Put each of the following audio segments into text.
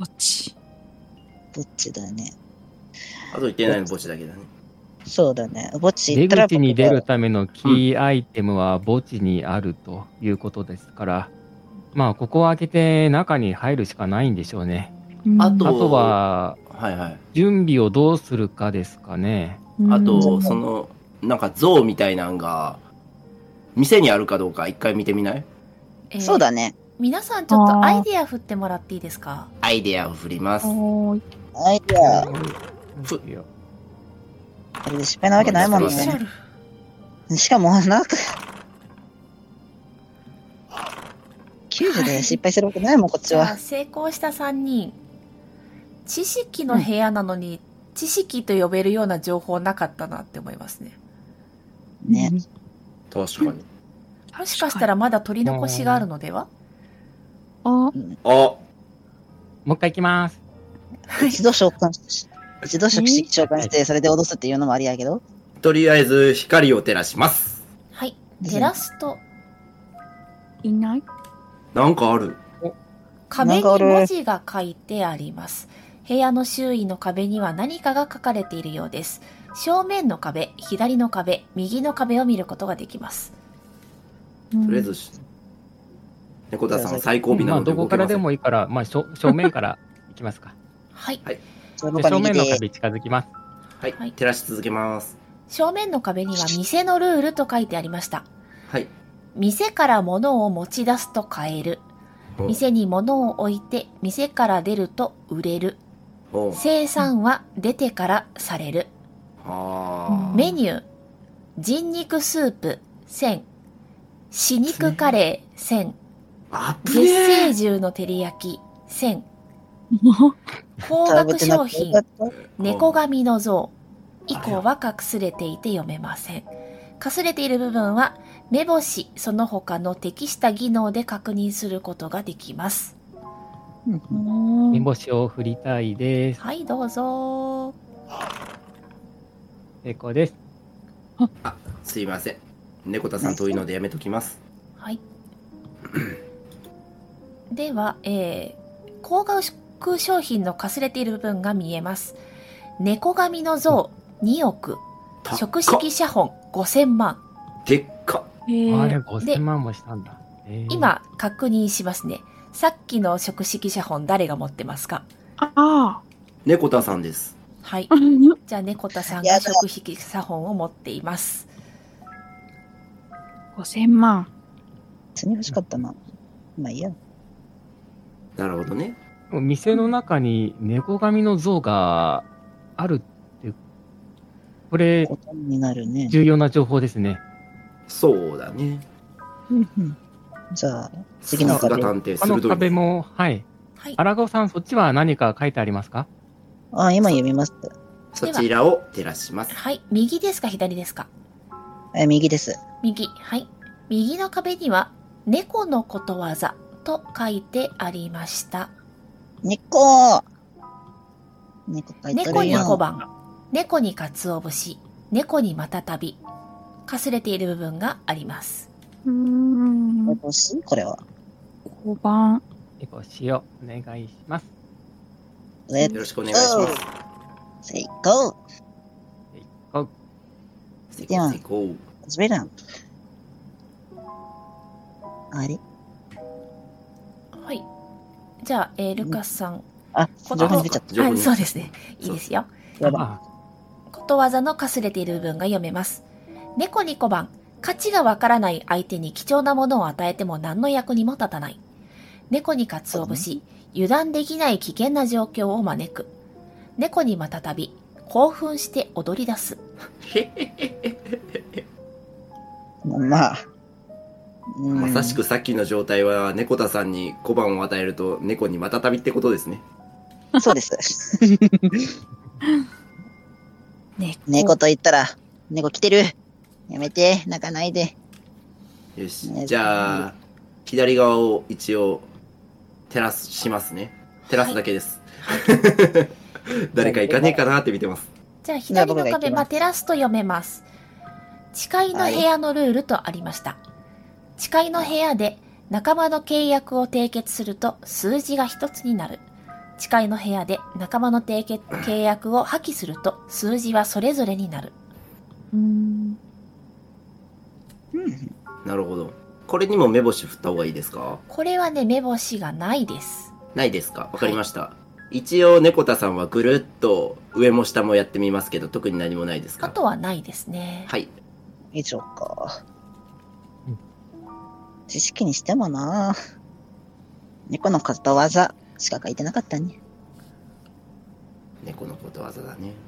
墓地。 墓地だね。 あと言ってないの墓地だけだね。 そうだね。墓地行出ったら口に出るためのキーアイテムは墓地にあるということですから、まあ、ここを開けて中に入るしかないんでしょうね。 あとあとは、 はいはい。 準備をどうするかですかね。 あと、なんか像みたいなんが、店にあるかどうか一回見てみない？ そうだね。 皆さんちょっとアイディア振ってもらっていいですか？ アイデアを振ります。 はーい。 アイデア。 いやこれで失敗なわけないもんおっしゃね。しかも、なんか、90で失敗するわけないもん、こっちじゃあは。 成功した3人、知識の部屋なのに、知識と呼べるような情報なかったなって思いますね。 ね。 確かに。 もしかしたらまだ取り残しがあるのでは？ あ、 あ、 もう一回行きます。 一度召喚し、一度召喚して、それで脅すっていうのもありやけど。 とりあえず光を照らします。 はい。照らすと、 いない？ なんかある。 壁に文字が書いてあります。部屋の周囲の壁には何かが書かれているようです。正面の壁、左の壁、右の壁を見ることができます。 とりあえず、猫田さん最後尾なまあ、 のでどこからで動けません。 もいいから、まあ、正面から行きますか。 はい。 はい。 で正面の壁近づきます。 はい。 はい照らし続けます。 正面の壁には店のルールと書いてありました。 はい。 店から物を持ち出すと買える。店に物を置いて店から出ると売れる。 お生産は出てからされる。 あメニュー、人肉スープ1000、死肉カレー1000、 あ。 月生獣の照り焼き1000、高額商品、猫髪の像以降は隠されていて読めません。隠されている部分は目星その他の適した技能で確認することができます。 目星を振りたいです。 はい、どうぞ。 成功です。 あ、すいません。猫田さん遠いのでやめときます。 はい。では、高額商品のかすれている部分が見えます。猫髪の像2億、食式写本5000万。 でっか。 あれ、5000万もしたんだ。 今、確認しますね。さっきの食式写本誰が持ってますか？ 猫田さんです。 はい。じゃあ、猫田さんが食式写本を持っています。 5000万。 普通に欲しかったな。まあいいや。 なるほどね。 店の中に猫髪の像があるって、これ、 になるね。 重要な情報ですね。 そうだね。 じゃあ、次の壁。 探偵この壁も、はい。荒川さん、そっちは何か書いてありますか？ あ、今読みます。 そちらを照らします。 はい。右ですか左ですか？ 右です。 右。はい。右の壁には、猫のことわざと書いてありました。 猫書いてるよ。 猫に小判、猫に鰹節、猫にまたたび、かすれている部分があります。 目星これは。 5番。 目星をお願いします。 よろしくお願いします。 成功。 成功。成功。 始めるん。あれはい。じゃあ、ルカスさん。 情報に出ちゃった。 はい、そうですね。いいですよ。 やばことわざのかすれている部分が読めます。猫に小判、価値がわからない相手に貴重なものを与えても何の役にも立たない。猫に鰹節、油断できない危険な状況を招く。猫にまたたび、興奮して踊り出す。 まあ。 まさしくさっきの状態は猫田さんに小判を与えると猫にまたたびってことですね。 そうです。猫と言ったら、猫来てる。やめて、泣かないで。 よし。じゃあ、左側を一応、照らしますね。照らすだけです。誰か行かねえかなって見てます。 じゃあ、左の壁、照らすと読めます。誓いの部屋のルールとありました。誓いの部屋で仲間の契約を締結すると数字が一つになる。 誓いの部屋で仲間の契約を破棄すると数字はそれぞれになる。 なるほど。これにも目星振った方がいいですか？ これはね、目星がないです。 ないですか？わかりました。一応、猫田さんはぐるっと上も下もやってみますけど、特に何もないですか？ あとはないですね。 はい。 以上か。知識にしてもな、猫のことわざしか書いてなかったね。 猫のことわざだね。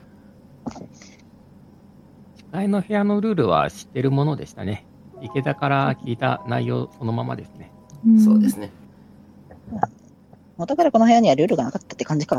誓いの部屋のルールは知ってるものでしたね。池田から聞いた内容そのままですね。 そうですね。 元からこの部屋にはルールがなかったって感じか。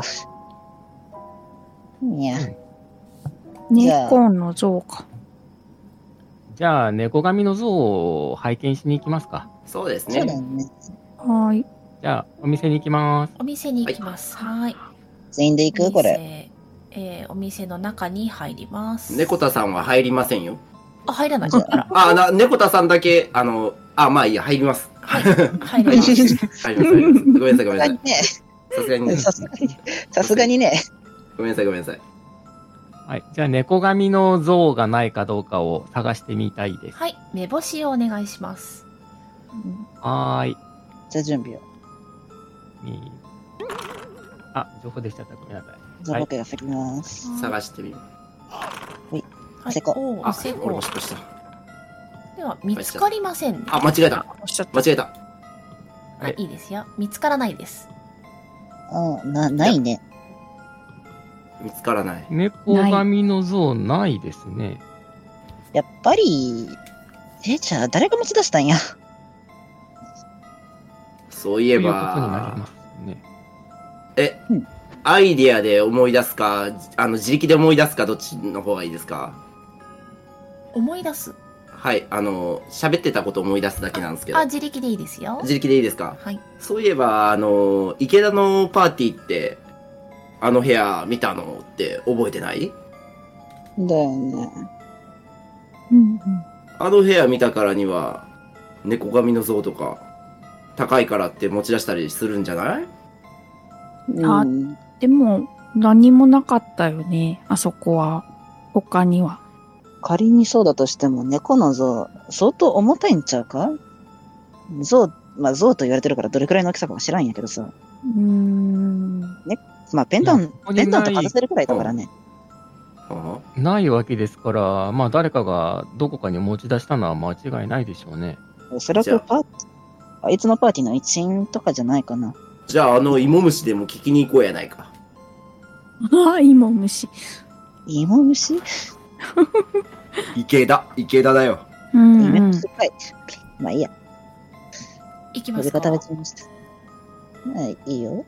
いや。 猫の像か。 じゃあ、猫神の像を拝見しに行きますか。 そうですそうだよね。 ね。 はい。 じゃあ、お店に行きます。 お店に行きます。はい。 全員で行くこれ。 お店の中に入ります。 猫田さんは入りませんよ。 あ、入らない。 じゃあ猫田さんだけ、まあいいや、入ります。 はい。入ります。 入ります。ごめんなさい、ごめんなさい。 ね、 さすがにね。 さすがにね。 ごめんなさい、ごめんなさい。 はい。じゃあ、猫神の像がないかどうかを探してみたいです。 はい。目星をお願いします。 はーい。 じゃあ準備を。 情報でしちゃった。ごめんなさい。 じゃあ僕が振ります。 探してみる。 はい成功おー成功俺も。失敗した。 では、見つかりませんね。 あ、間違えた。 おっしゃった。 間違えた。 あ、いいですよ。見つからないです。 ないね。 見つからない。 猫神の像ないですね。 やっぱり、じゃあ誰が持ち出したんや。 そういえということになりばま、すね。 アイディアで思い出すか、自力で思い出すか、どっちの方がいいですか？ 思い出す。 はい、喋ってたこと思い出すだけなんですけど。 あ、自力でいいですよ。 自力でいいですか？ はい。 そういえば、池田のパーティーって、あの部屋見たのって覚えてない？ だよね。 あの部屋見たからには、猫神の像とか、高いからって持ち出したりするんじゃない？ あうんでも、何もなかったよね。あそこは。他には。 仮にそうだとしても、猫の像、相当重たいんちゃうか？像と言われてるからどれくらいの大きさかは知らんやけどさ。ペンダント外せるくらいだからね。 あないわけですから、まあ誰かがどこかに持ち出したのは間違いないでしょうね。 おそらくあいつのパーティーの一員とかじゃないかな。 じゃあ、芋虫でも聞きに行こうやないか。 あ、芋虫。 芋虫池田だよ。 夢の世界。まあいいや。 いきますか。 食べちゃいました。はい、いいよ。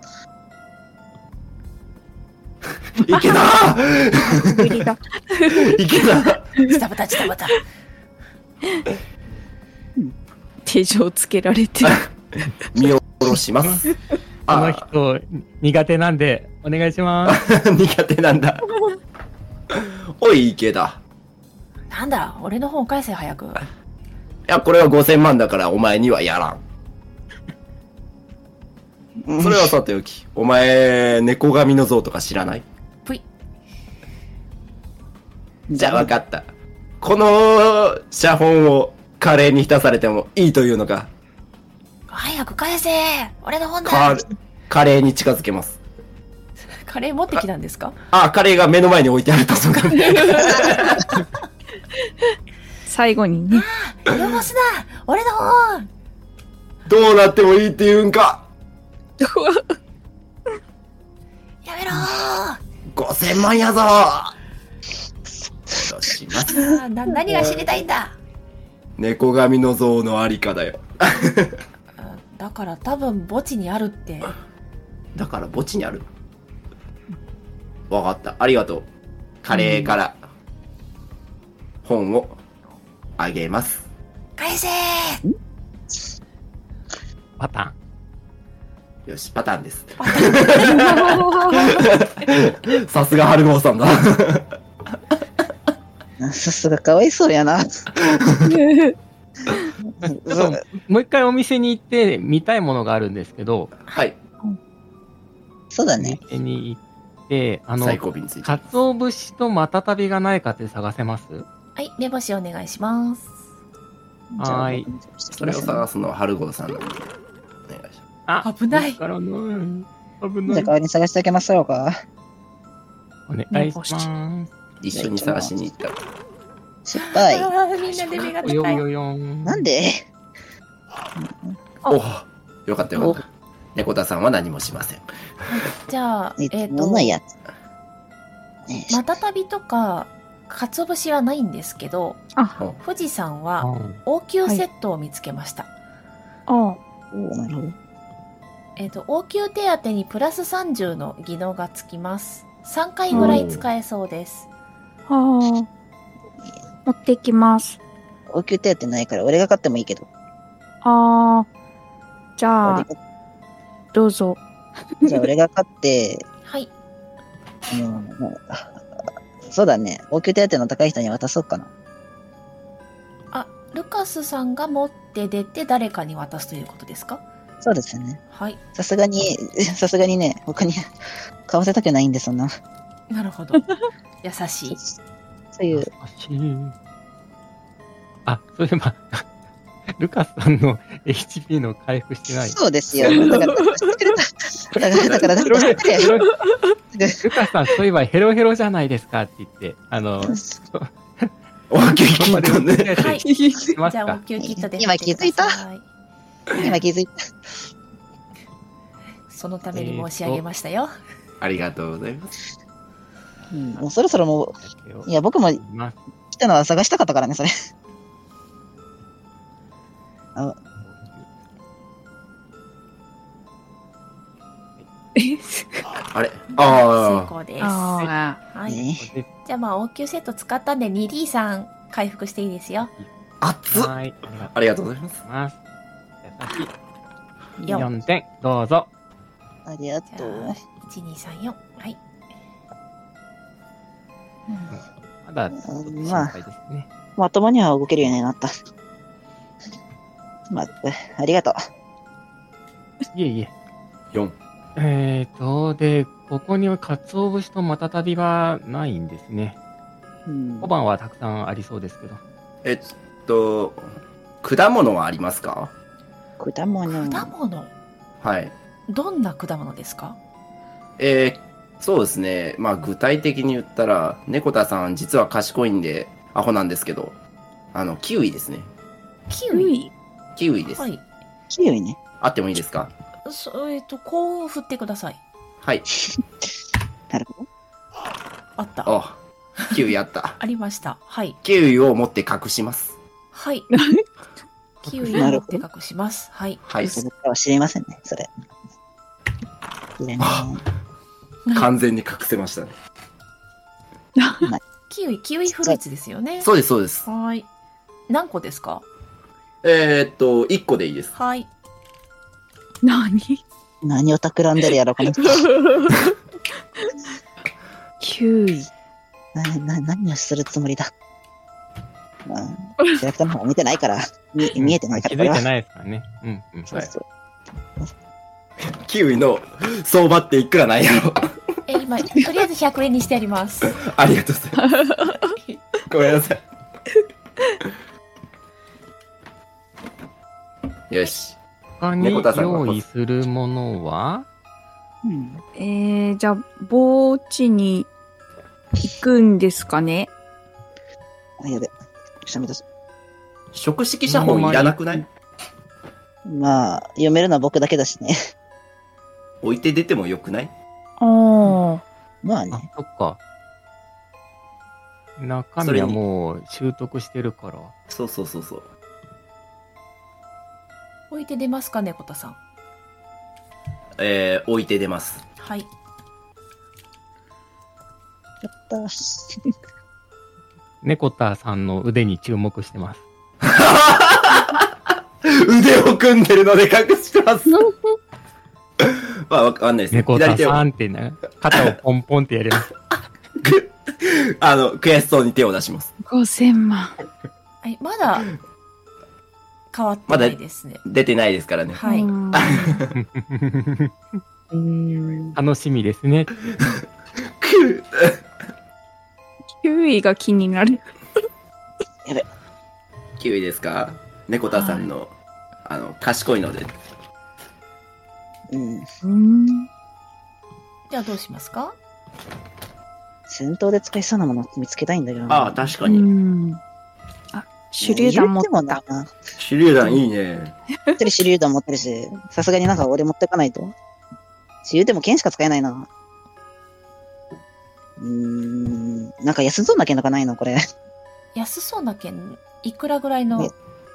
池田無理だ。 池田ジタバタジタバタ。 手錠つけられてる。 見下ろします。 あの人、苦手なんで、お願いします。 苦手なんだ。おい、池田。 なんだ、俺の本返せ早く。 いや、これは5000万だからお前にはやらん。それはさておき、お前、猫神の像とか知らない？ ぷい。 じゃあ分かった。この写本をカレーに浸されてもいいというのか。 早く返せ俺の本だ。 カレーに近づけます。 カレー持ってきたんですか？ あ、カレーが目の前に置いてあると。 最後にね。 汚すな俺の本。 どうなってもいいって言うんか。 やめろ 5000万やぞ。どうします何が知りたいんだ。 猫神の像のありかだよ。 だから多分墓地にあるって。 だから墓地にある。わかった。ありがとう。カレーから本をあげます。 返せパタよし、パターンです。さすが春郷さんだ。 さすがかわいそうやな。 ーン。もう一回お店に行って見たいものがあるんですけど、 はい。 そうだね。 店に行って、 最後尾についてます。 鰹節とマタタビがないかって探せます？ はい、目星お願いします。 はーい。 それを探すのは春子さんのお願いします。 危ないですからね危じゃあ代ない。 わりに探してあげましょうか。 お願いします。 一緒に探しに行ったら。 失敗。 あーみんなで目がおよ高い。 よよん。 なんでおよかったよかった。猫田さんは何もしません。 じゃあ、 いつものやつ。ねマタタビとか、鰹節はないんですけど、 あ、 富士山はうん応急セットを見つけました。 あ、 おーなるほど。 応急手当にプラス30の技能がつきます。3回ぐらい使えそうです。 あ、持ってきます。 応急手当ないから俺が買ってもいいけど。 ああ、じゃあ、 俺がどうぞ。 じゃあ俺が買って、 はい。 もうそうだね。応急手当の高い人に渡そうかな。 あ、ルカスさんが持って出て誰かに渡すということですか？ そうですよね。 はい。 さすがにね、他に買わせたくないんで、そんな。 なるほど。優しい。 そういう、 懐かしい。あ、そういえば、ルカスさんの HP の回復してない。 そうですよ。だから、だから、 ルカスさん、そういえばヘロヘロじゃないですかって言って、 お急キットね。 はい。 しますじゃあ、応か？ 急キットで今気づいた振ってくださ今気づいた。 そのために申し上げましたよ。 ありがとうございます。 もうそろそろもう、いや、僕も来たのは探したかったからね、それ。 あれ成あ功です。 あはい。 ねじゃあ、まあ、応急セット使ったんで、2D さん回復していいですよ。 あ、熱っはい。 ありがとうございます。 ます。優しい。 4。 4点、どうぞ。 ありがじゃとう。 あ、1、2、3、4。はい。 まだ、ちょっと心まあ配ですね。 まともには動けるようになった。まあ、ありがとう。 いえいえ。 4。 で、ここに鰹節とマタタビはないんですね。 うん小判はたくさんありそうですけど。 果物はありますか？ 果物。 果物はい。 どんな果物ですか？ そうですね。まあ、具体的に言ったら、猫田さん実は賢いんで、アホなんですけど、キウイですね。 キウイ。 キウイです。 はい。 キウイね。 あってもいいですか？ 幸運振ってください。 はい。 なるほど。 あった。 あ、キウイあった。 ありました。はい。 キウイを持って隠します。 はい。キウイを持って隠します。はい。 はい。 それからは知りませんね、それ。いらね完全に隠せましたね。 キウイフルーツですよね。 そうです、そうです。 はい。何個ですか？ 1個でいいです。 はい。 何何を企んでるやろ、この人。 キウイ。 何をするつもりだ。まあ、キャラクターの方見てないから、見えてないから。 気づいてないですからね。うん、うん。 そうそう。 キウイの相場っていくらなんやろ？ 今、とりあえず100円にしてあります。 ありがとうございます。ごめんなさい。よし。 他に猫田さんが用意するものはうん。 じゃあ、墓地に行くんですかね？ あ、やべ。しゃべだぞ。 食式写本いらなくない？ まあ、読めるのは僕だけだしね。 置いて出てもよくない？ ああ。 あまあね。、 そっか。中身はもう習得してるから。 そうそうそうそう。 置いて出ますかね、コタさん。 置いて出ます。 はい。 やった。 猫田さんの腕に注目してます。 腕を組んでるので隠してます。まあ、わかんないです。 猫田左手を、 さんってね、肩をポンポンってやります。 悔しそうに手を出します。 5000万。 はい、まだ、 変わってないですね。 出てないですからね。 はい。 うん楽しみですね。 9位が気になる。 9位ですか？猫田さんの、賢いので。 うん。 じゃあどうしますか？ 戦闘で使いそうなもの見つけたいんだけどな。 ああ、確かうに。 ん。あ、手榴弾持って言ってた。 もな。 手榴弾いいね。 手榴弾持ってるし、さすがになんか俺持ってかないと。言うても剣しか使えないな。なんか安そうな剣とかないのこれ。 安そうな剣、いくらぐらいの？ ね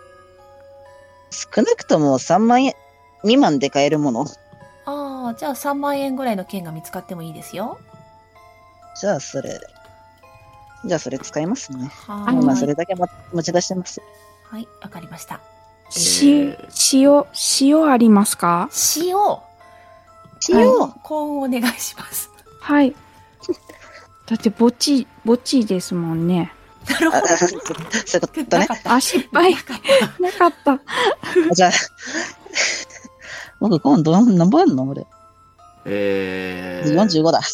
少なくとも3万円未満で買えるもの。 ああ、じゃあ3万円ぐらいの剣が見つかってもいいですよ。 じゃあそれ使いますね。 はあまあーい。 それだけ持ち出してます。 はい、わかりました。 塩ありますか？ 塩、 塩、 コーンお願いします。 はい。だって墓地ですもんね。 なるほど。 そういうことね。 なかった。 あ、失敗。 なかった。 なかった。 じゃあ、僕今度何本あんの俺。45だ。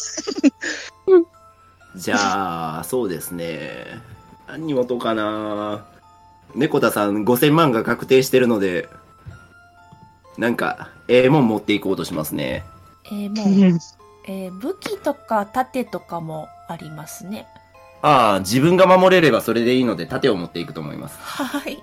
じゃあ、そうですね。何に持とうかな。猫田さん5000万が確定してるので、なんか、もん持っていこうとしますね。 もう、武器とか盾とかもありますね。 ああ、自分が守れればそれでいいので、盾を持っていくと思います。 はい。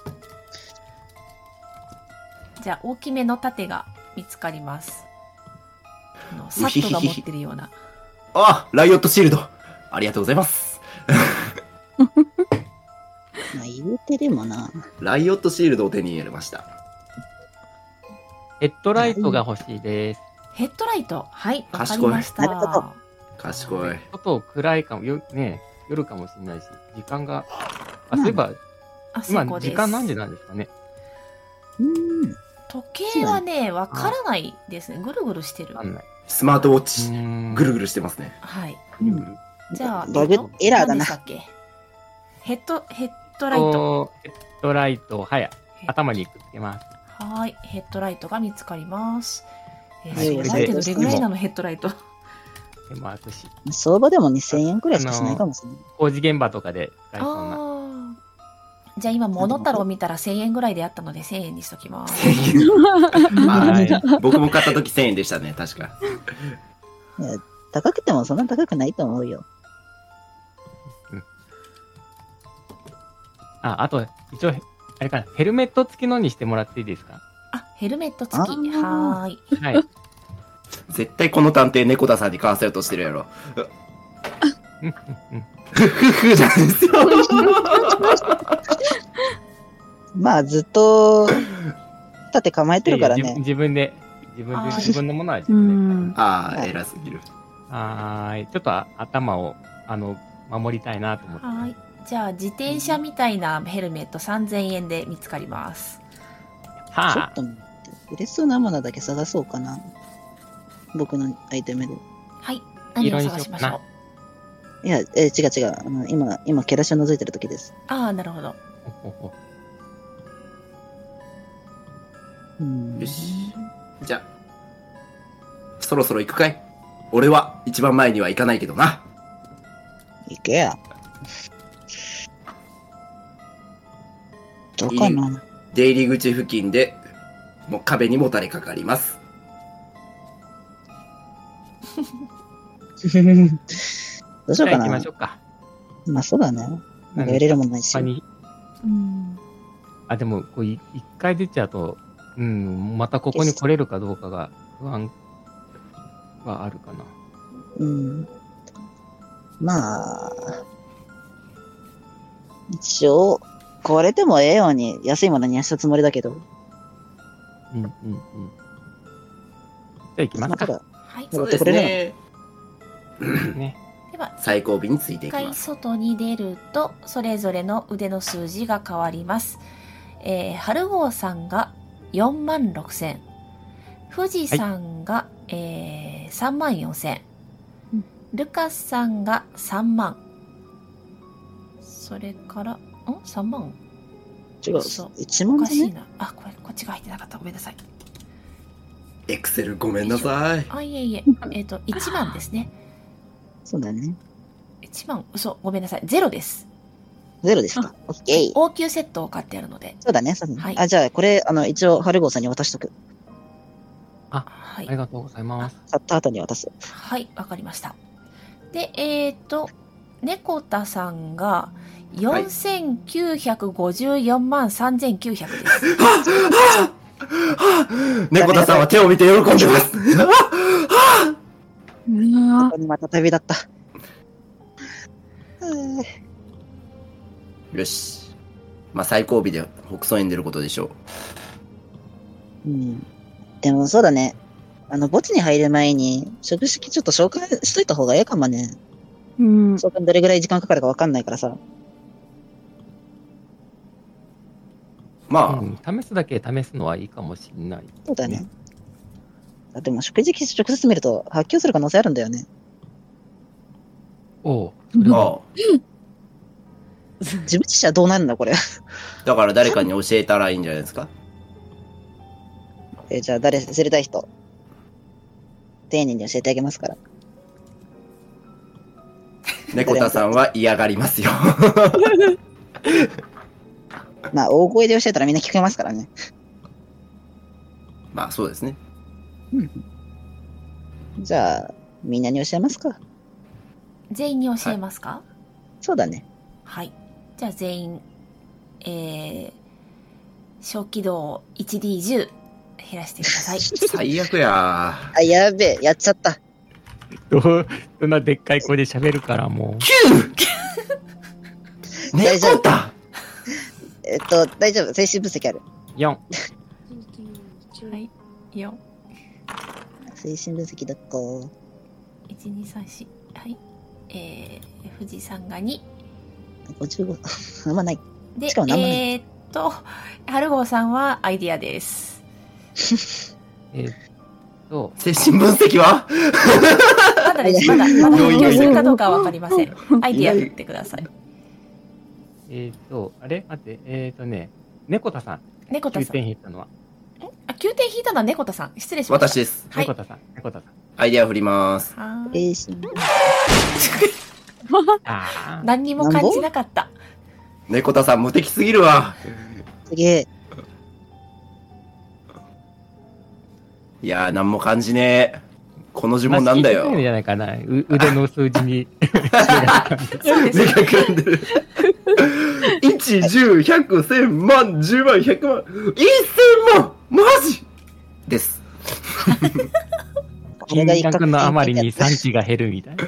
じゃあ、大きめの盾が見つかります。サットが持ってるような。 あ、ライオットシールド。ありがとうございます。 まあ言うてでもな。 ライオットシールドを手に入れました。 ヘッドライトが欲しいです。 ヘッドライト。はい、わかり賢いました。 なるほど賢い。 ちょっと暗いかも、ね、夜かもしれないし、時間が、そういえば、 あ、成今、 功です。 時間何時なんですかね。 時計はね、わからないですね。ぐるぐるしてるわ。かんない。 スマートウォッチ、ぐるぐぐるしてますね。 はい。 うんじゃあ、 バグエラーだな何でしたっけ？ヘッドライト。 ヘッドライト、はい、頭にくっつけます。 はい。ヘッドライトが見つかります。 はい相手どれぐらいなのヘッドライト。 でも、私、 相場でも2000円くらいしかしないかもしれない。 工事現場とかで使いそうな。 ああ。じゃあ今、モノタロウ見たら1000円ぐらいであったので1000円にしときます。 はい。 僕も買った時1000円でしたね、確か。 高くてもそんな高くないと思うよ。 あと、一応、あれかな、ヘルメット付きのにしてもらっていいですか？ あ、ヘルメット付き。 あーはーい。 はい。 絶対この探偵猫田さんに買わせようとしてるやろ。ふふじゃないですよ。 まあずっと、立て構えてるからいやいやね。 自分で、 はい自分のものは自う分で。 ん。 ああ、偉すぎる。 はーい。ちょっと頭を、守りたいなと思って。 はーい。じゃあ、自転車みたいなヘルメット3000円で見つかります。 ちょはっと待って、売れそうなものだけ探そうかな。僕のアイテムで。 はい。何を探しましょう。 いや、違う違う。今、キャラシを覗いてる時です。 ああ、なるほど。 あ。ほほほよし。じゃあ、そろそろ行くかい？俺は一番前には行かないけどな。 行けや。どうかな。 出入り口付近で、もう壁にもたれかかります。 どうしようかなじゃあ行きましょ。うか。 まあそうだね。なんか入れるもんないし他。にうん。 でも、一回出ちゃうと、またここに来れるかどうかが不安はあるかな。 うん。まあ、一応、壊れてもええように安いものにはしたつもりだけど。 じゃあ行きますか。 だから、 はい。 そうですねね。 では、 最後尾についてい一回きます。 外に出ると、それぞれの腕の数字が変わります。春号さんが4万6千。富士さんが、3万4千。ルカスさんが3万。それから、3万違う。 そう 1 お万じゃね？ かしいな。あ、こっちが入ってなかった。ごめんなさい。 エクセルごめんなさい。 あ、いえいえ。1万ですね。 そうだね。 1万、嘘、ごめんなさい。0です。 ゼロですか。オッケー。 応急セットを買ってあるので。 そうだね、そうだね。 はいあ、じゃあ、これ、一応、春号さんに渡しとく。 はあい。 りがとうございます。 買った後に渡す。 はい、わかりました。で、猫田さんが4954万3900です。 猫田さんは手を見て喜んでます。 うわここにまた旅立った。 よし。まあ、最後尾で北総園出ることでしょう。 うん。でも、そうだね。墓地に入る前に、食式ちょっと紹介しといた方がいいかもね。 うん。 紹介どれぐらい時間かかるかわかんないからさ。 まあ、 試すだけ試すのはいいかもしれない。 そうだね。あ、でも、食事直接見ると発狂する可能性あるんだよね。 おう、それは。 ああ自分自身はどうなるんだ、これ。 だから誰かに教えたらいいんじゃないですか。 じゃあ、知りたい人。丁寧に教えてあげますから。 猫田さんは嫌がりますよ。 まあ、大声で教えたらみんな聞こえますからね。 まあ、そうですね。 じゃあ、みんなに教えますか。 全員に教えますか？ そうだね。 はい。じゃあ全員、小気道を 1D10 減らしてください。 最悪やあ、やべえ、やっちゃった。 そんなでっかい声で喋るからもう。 大丈夫猫田大丈夫。精神分析ある。 4。 はい。4、 精神分析だっか。 1、2、3、4。はい。富士山が2。 55。あんまない。 でしかも何もない春号さんはアイディアです。 精神分析はまだです。まだ発表するかどうかはわかりません。アイディア振ってください。 あれ待って、猫田さん。9 猫田さん。 点引いたのは。 あ、9点引いたのは猫田さん。失礼しました。 私です。 はい。 猫田さん。猫田さん。 アイデア振ります。 はーい。 精神。 ああ。 何にも感じなかった。 猫田さん無敵すぎるわ。 すげえ。 いやー、なんも感じねえ。この呪文なんだよ。 まあ聞いてないんじゃないかな。腕の数字に。 そうです目がくんでる。1、10、100、1000万、10万、100万、1000万マジです。 これが金額のあまりに一攫産地が減るみたいな。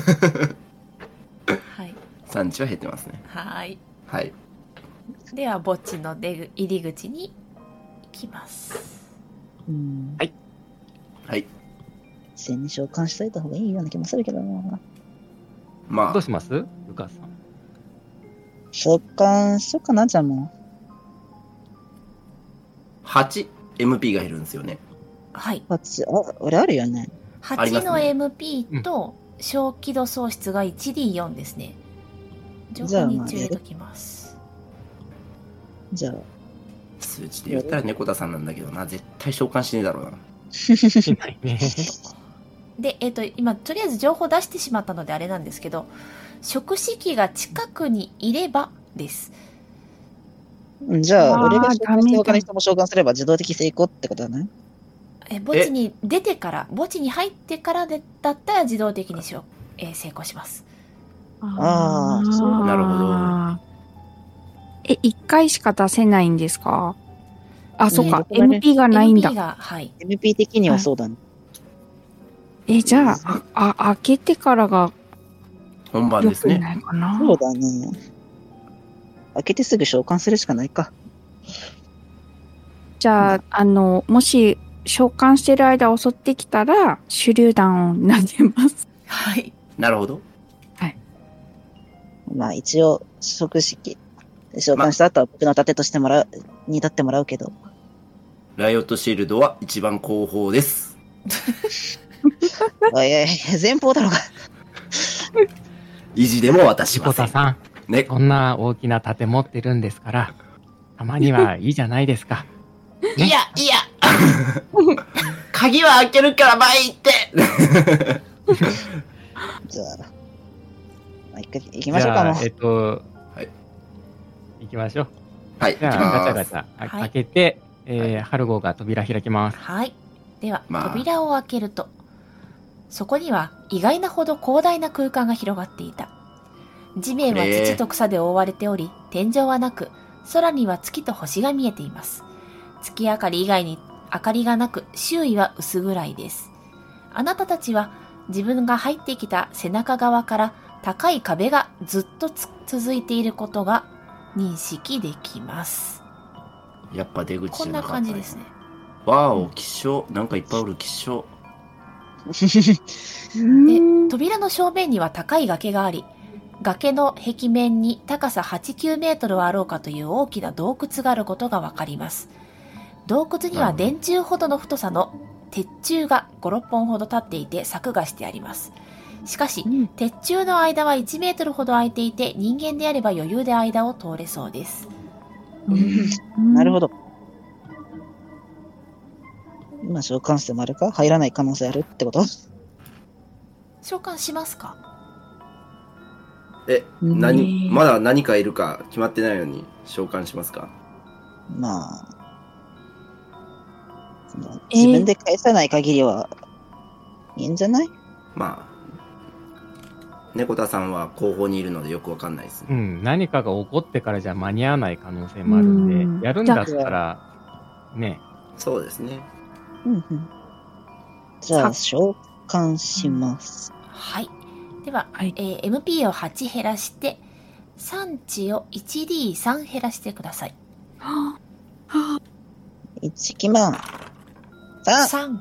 はい。 産地は減ってますね。 はーい。 はい。 では、墓地の入り口に行きます。 うん。 はい。 事前に召喚しといた方がいいような気もするけどな。 まあ、 どうしますルカさん。 召喚しようかな、じゃあも 8MP が減るんですよね。 はい。 う。俺あるよね。 8の MP と小気度喪失が 1D4 ですね。情報に一応入れときます。 じゃあ、 数値で言ったら猫田さんなんだけどな。絶対召喚しねえだろうな。 しないね。 で、今、とりあえず情報出してしまったのであれなんですけど、食式が近くにいればです。 じゃあ、 あー俺が召ダメだ喚して他の人も召喚すれば自動的成功ってことだね。 墓地に出てから、墓地に入ってからだったら自動的に成功します。 あーそうなるほど。 1回しか出せないんですか？あ、そっか。 ねどこまで MP がないんだ MP。が、はい。 MP 的にはそうだね。 じゃあ、開けてからが本番良くですね。 ないかな。 そうだね。開けてすぐ召喚するしかないか。 じゃあ、もし召喚してる間襲ってきたら、手榴弾を投げます。 はい。 なるほど。 まあ一応、食式。召喚した後は僕の盾としてに立ってもらうけど。 ライオットシールドは一番後方です。 おいおい、前方だろうが。 意地でも渡しません。 猫田さん。 ね。 こんな大きな盾持ってるんですから、 たまにはいいじゃないですか。 いや、鍵は開けるから前行って。 じゃあ、行きましょうか、もう。 はい。 行きましょう。 はい、 じゃあ、 行きますガチャガチャ開けて、春号が扉開きます。 はい。では、 まあ扉を開けると、そこには意外なほど広大な空間が広がっていた。地面は土と草で覆われており、天井はなく、空には月と星が見えています。月明かり以外に明かりがなく、周囲は薄暗いです。あなたたちは自分が入ってきた背中側から高い壁がずっと続いていることが認識できます。 やっぱ出口こんな感じですね。 わお、希少。なんかいっぱいおる、希少。 で、扉の正面には高い崖があり、崖の壁面に高さ8、9メートルはあろうかという大きな洞窟があることがわかります。洞窟には電柱ほどの太さの鉄柱が5、6本ほど立っていて柵がしてあります。しかし、鉄柱の間は1メートルほど空いていて、人間であれば余裕で間を通れそうです。 なるほど。今召喚してもあれか入らない可能性あるってこと？ 召喚しますか？ まだ何かいるか決まってないのに召喚しますか？ まあ、自分で返さない限りはいいんじゃない？ まあ、猫田さんは後方にいるのでよくわかんないですね。 何かが起こってからじゃ間に合わない可能性もあるんで、やるんだったら、ね。 そうですね。 じゃあ、召喚します。 はい。では、MP を8減らして、産地を 1D3 減らしてください。 1きまん。 3。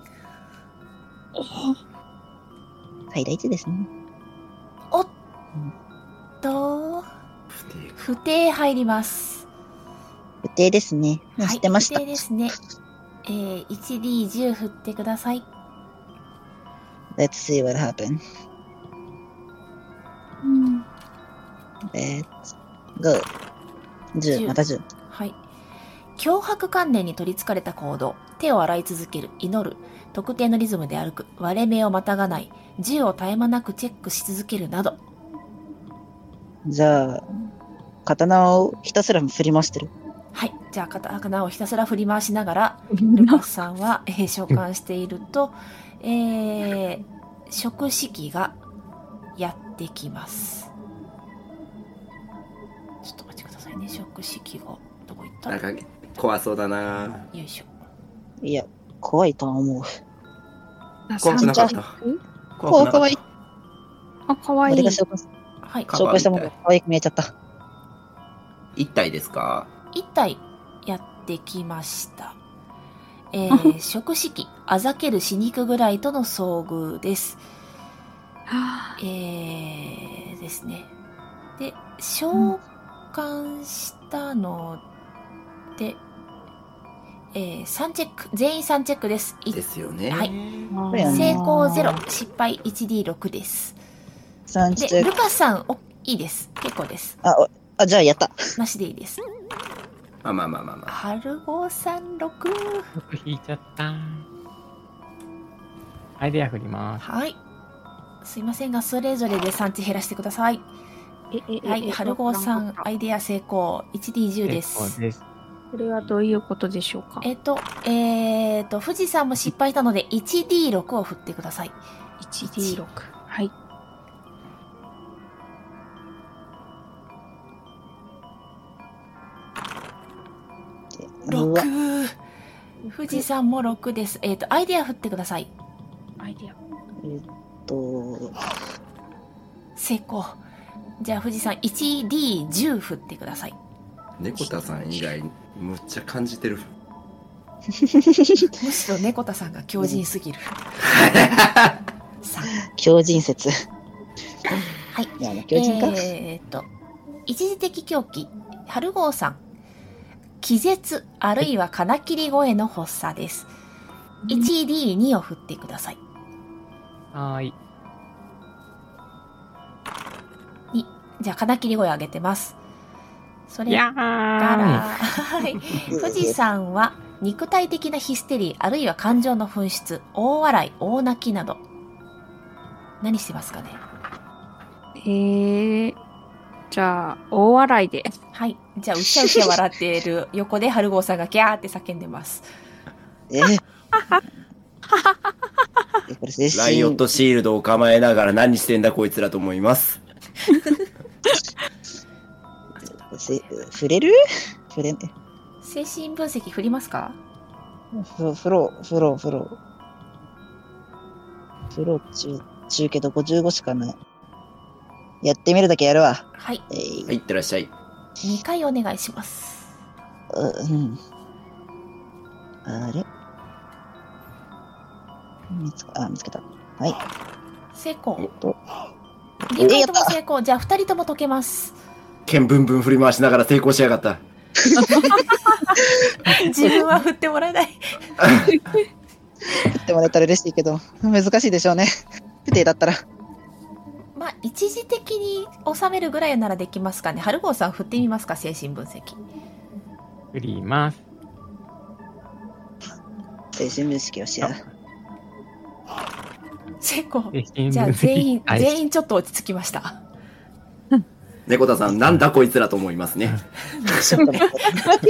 最大値ですね。 おっと、不定入ります。 不定ですね。知ってました。 不定ですね。1D10 振ってください。 Let's see what happened. Let's go. 10、また10。 はい。脅迫観念に取り憑かれた行動、手を洗い続ける、祈る、特定のリズムで歩く、割れ目をまたがない、銃を絶え間なくチェックし続けるなど。 じゃあ、刀をひたすら振り回してる。 はい。じゃあ、刀をひたすら振り回しながら、ルカスさんは、召喚していると、食式がやってきます。ちょっとお待ちくださいね。食式が、どこ行った？ なんか、怖そうだな。 よいしょ。 いや、怖いとは思う。 怖くなかった。 怖い。 あ、可愛い。 俺が紹介したものが可愛く見えちゃった。 1体ですか ？1体やってきました。食式、あざける死肉ぐらいとの遭遇です。ですね。で、召喚したので、3チェック、全員3チェックです。 ですよね。 はい。成功0、失敗 1D6 です。で、ルカスさん、いいです。結構です。 じゃあやった。 なしでいいです。 まあ。 春号さん6。 6引いちゃった。アイデア振ります。 はい。すいませんが、それぞれで産地減らしてください。はい、春号さん、アイデア成功。1D10 です。 これはどういうことでしょうか？ 富士山も失敗したので 1D6 を振ってください。 1D6。はい。 6。富士山も6です。アイデア振ってください。 アイデア。 成功。じゃあ富士山 1D10 振ってください。 猫田さん以外むっちゃ感じてる。 むしろ猫田さんが強靭すぎる。 強靭説。 はい。 強靭か。 一時的狂気、春号さん。気絶あるいは金切り声の発作です。1D2 を振ってください。 はい。 2。じゃあ金切り声上げてます。 それから、はい。富士山は肉体的なヒステリー、あるいは感情の噴出、大笑い、大泣きなど。何してますかね？ じゃあ、大笑いで。 はい。じゃあ、うしゃうしゃ笑っている横で春郷さんがギャーって叫んでます。 これ精神ライオットシールドを構えながら何してんだこいつらと思います。 触れる？触れね。 精神分析振りますか？ フロー中けど55しかない。やってみるだけやるわ。 はい。 はい、いってらっしゃい。 2回お願いします。 あれ見つけた。はい。 成功。 2 回とも成功。じゃあ2人とも解けます。 剣ブンブン振り回しながら成功しやがった。 自分は振ってもらえない。 振ってもらえたら嬉しいけど、難しいでしょうね。不定だったら。 まあ、一時的に収めるぐらいならできますかね。春郷さん振ってみますか、精神分析。 振ります。 精神分析をしや。 成功。 精神分析。 じゃあ全員、 はい、 全員ちょっと落ち着きました。 猫田さん、なんだこいつらと思いますね。 ちょっと待って。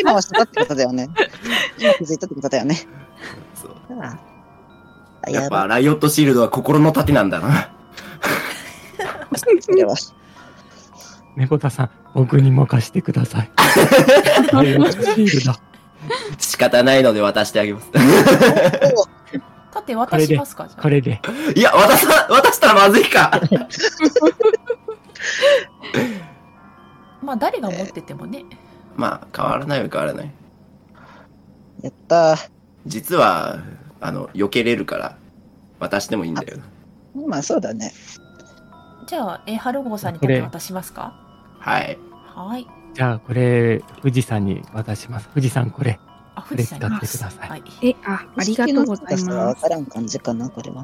今はしたってことだよね。今気づいたってことだよね。 そう。 やっぱライオットシールドは心の盾なんだな。 それは。 猫田さん、僕に任せてください。ライオットシールド。 仕方ないので渡してあげます。 盾渡しますか？じゃあこれで。 いや、渡したらまずいか。 まあ、誰が持っててもね。 まあ、変わらないは変わらない。 やったー。 実は、避けれるから、渡してもいいんだよ。 まあ、そうだね。 じゃあ、春郷さんに盾渡しますか？ はい。 はい。 じゃあ、これ、富士山に渡します。富士山、これ。 富士山に使ってください。 はい。 ありがとうございます。 わからん感じかな、これは。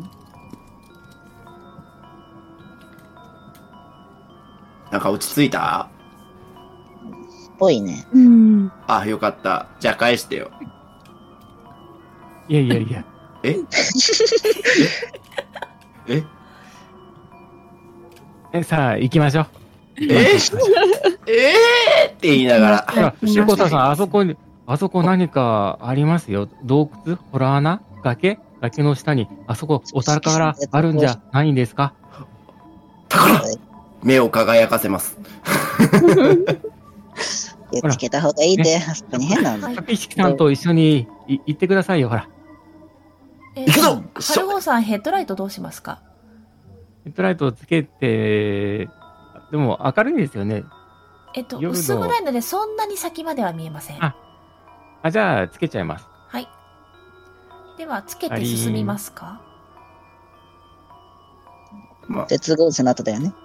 なんか落ち着いた？ ぽいね。 あ、よかった。じゃあ返してよ。 いや。さあ、行きましょう。 って言いながら。 横田さん、あそこ何かありますよ。洞窟、ホラー穴、崖の下に、あそこお宝あるんじゃないんですか？ 宝、目を輝かせます。 つけた方がいいって、あそこに変なの。 竹敷さんと一緒に行ってくださいよ、ほら。 行くぞ！ 春郷さん、ヘッドライトどうしますか？ ヘッドライトをつけて、でも明るいんですよね。 薄暗いのでそんなに先までは見えません。 じゃあつけちゃいます。 はい。ではつけて進みますか？ 鉄格子の後だよね。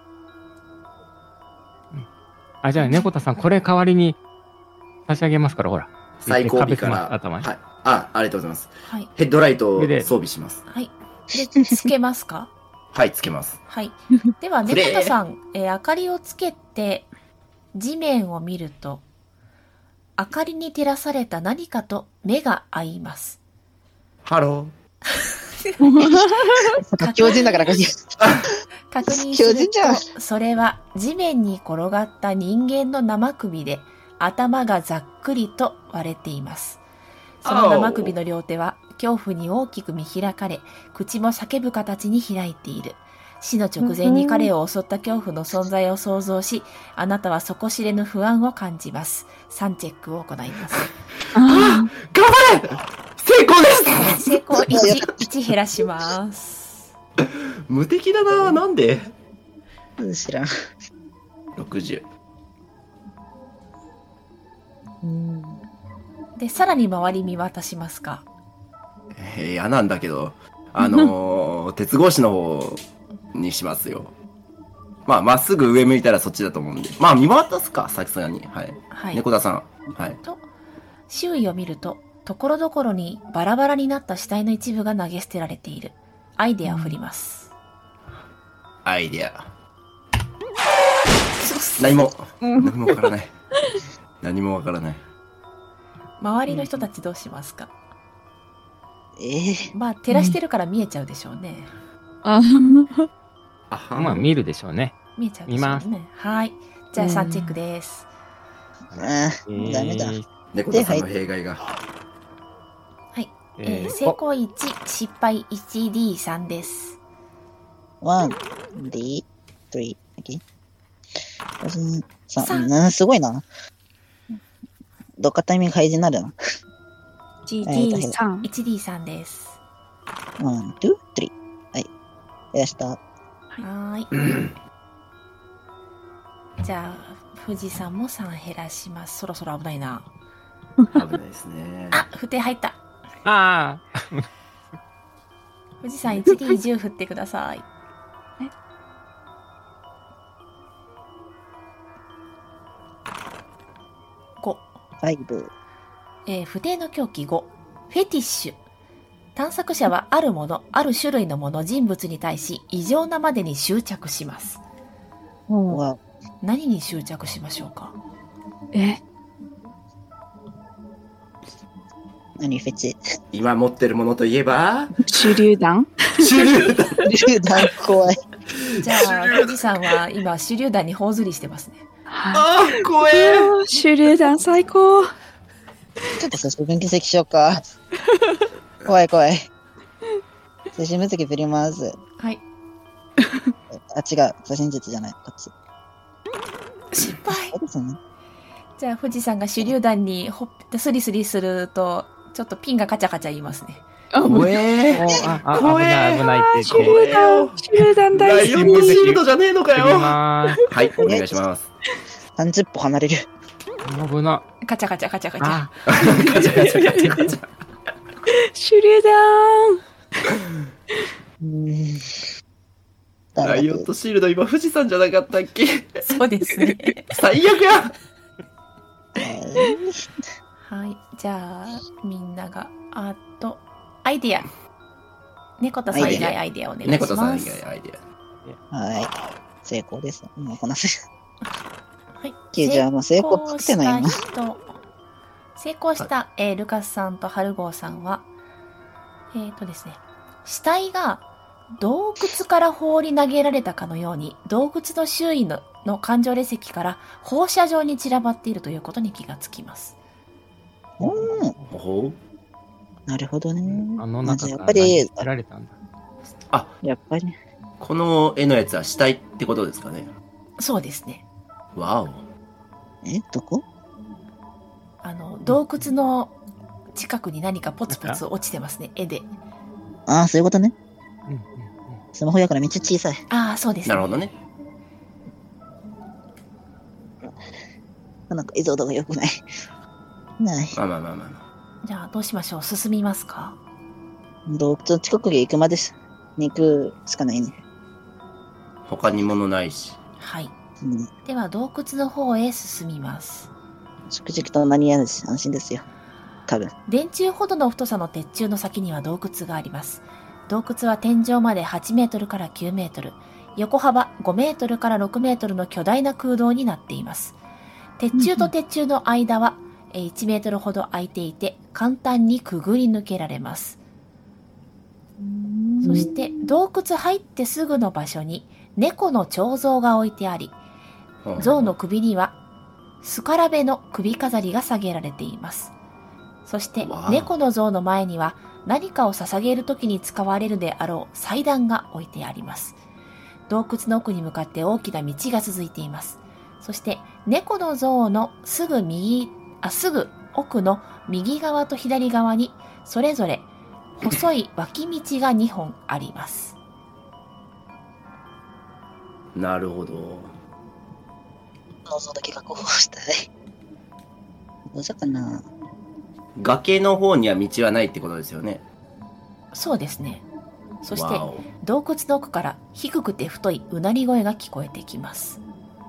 じゃあ猫田さん、これ代わりに差し上げますから、ほら。 最後尾から。 頭に。 はい。ありがとうございます。 はい。 ヘッドライトを装備します。 はい。で、つけますか？ はい、つけます。 はい。では、猫田さん、明かりをつけて、地面を見ると、明かりに照らされた何かと目が合います。 ハロー。強靭だから、 確認すると、それは地面に転がった人間の生首で、頭がざっくりと割れています。その生首の両手は恐怖に大きく見開かれ、口も叫ぶ形に開いている。死の直前に彼を襲った恐怖の存在を想像し、あなたは底知れぬ不安を感じます。3チェックを行います。 頑張れ！成功です！ 成功1減らします。 無敵だな。なんで？ 知らん。 60。 で、さらに周り見渡しますか？ 嫌なんだけど、鉄格子の方にしますよ。まっすぐ上向いたらそっちだと思うんで。見渡すか、さすがに。はい。はい、猫田さん。はい。 と、周囲を見ると、ところどころにバラバラになった死体の一部が投げ捨てられている。アイデアを振ります。 アイデア。何もわからない。 何もわからない。 周りの人たちどうしますか？ ー、 まあ、照らしてるから見えちゃうでしょうね。 ああはまあ、見るでしょうね。 見えちゃうでしょうね。はい。じゃあ3チェックです。 ダメだ。 猫田さんの弊害が。 はい。成功1、失敗 1D3 です。 1、D、3、OK。3、すごいな。どっかタイミング配信になるな。 GD3。 1D3 です。 1、2、3。はい。やした。 はーい。じゃあ、富士山も3減らします。そろそろ危ないな。 危ないですね。 あ、不定入った。 ああ、 富士山 1D10 振ってください。5。 5。 不定の狂気5。フェティッシュ。探索者はあるもの、ある種類のもの、人物に対し異常なまでに執着します。 わ何に執着しましょうか？ 何フェチ。 今持ってるものといえば手榴弾手榴弾。 榴弾怖い。 じゃあ、富士山は今、手榴弾に頬ずりしてますね。 はあー、怖え。 手榴弾最高。 ちょっと写真分析しようか。怖い怖い。写真分析振ります。 はい。 あ、違う。写真術じゃない。こっち。 失敗。 そうですね。 じゃあ、富士山が手榴弾にほっぺスリスリすると、ちょっとピンがカチャカチャ言いますね。 怖え。 危怖ないえ危ないって手榴弾、手榴弾ラ大好イオンのシールドじゃねえのか振りよ。 まはい、お願いします。 30歩離れる。 ーす。危な。 カチャカチャカチャカチャ。 あ、 カチャカチャカチャカチャ。 手榴弾。 ライオンとシールド今富士山じゃなかったっけ？ そうですね。 最悪や。 はい。じゃあ、みんなが、あと、アイディア。猫田さん以外アイディアお願いします。 猫田さん以外アイデア。 はい。成功です。もうこなせる。 はい。 じゃあもう成功確定ないな。 成功した、ルカスさんとハルゴーさんは、ですね、死体が洞窟から放り投げられたかのように、洞窟の周囲の環状列石から放射状に散らばっているということに気がつきます。 ほほなるほどね。 あの中からやっぱり、 投げられたんだ。 あ、 やっぱり。 この絵のやつは死体ってことですかね。 そうですね。 わお。 どこ？ 洞窟の近くに何かポツポツ落ちてますね、絵で。 ああ、そういうことね。 うんうんうんスマホやからめっちゃ小さい。 ああ、そうですね。 なるほどね。 なんか映像度が良くない。ない。 まあまあまあまあ。 じゃあ、どうしましょう？進みますか？ 洞窟の近くに行くまでに行くしかないね。 他に物ないし。 はい。 うん。 では、洞窟の方へ進みます。 粛々と間に合うし安心ですよ。多分。 電柱ほどの太さの鉄柱の先には洞窟があります。洞窟は天井まで8メートルから9メートル、横幅5メートルから6メートルの巨大な空洞になっています。鉄柱と鉄柱の間は1メートルほど空いていて、簡単にくぐり抜けられます。そして洞窟入ってすぐの場所に猫の彫像が置いてあり、像の首にはスカラベの首飾りが下げられています。そして猫の像の前には何かを捧げるときに使われるであろう祭壇が置いてあります。洞窟の奥に向かって大きな道が続いています。そして猫の像のすぐ奥の右側と左側にそれぞれ細い脇道が2本あります。 なるほど。 謎だけ確保したい。どうしようかな。 崖の方には道はないってことですよね。 そうですね。そしてわお洞窟の奥から低くて太いうなり声が聞こえてきます。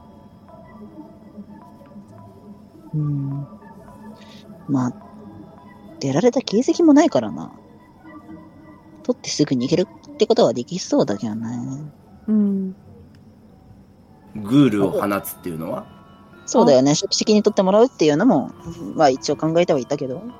まあ、出られた形跡もないからな。取ってすぐ逃げるってことはできそうだけどね。 うん。 グールを放つっていうのはそうだよね。職責に取ってもらうっていうのも、まあ一応考えてはいたけど。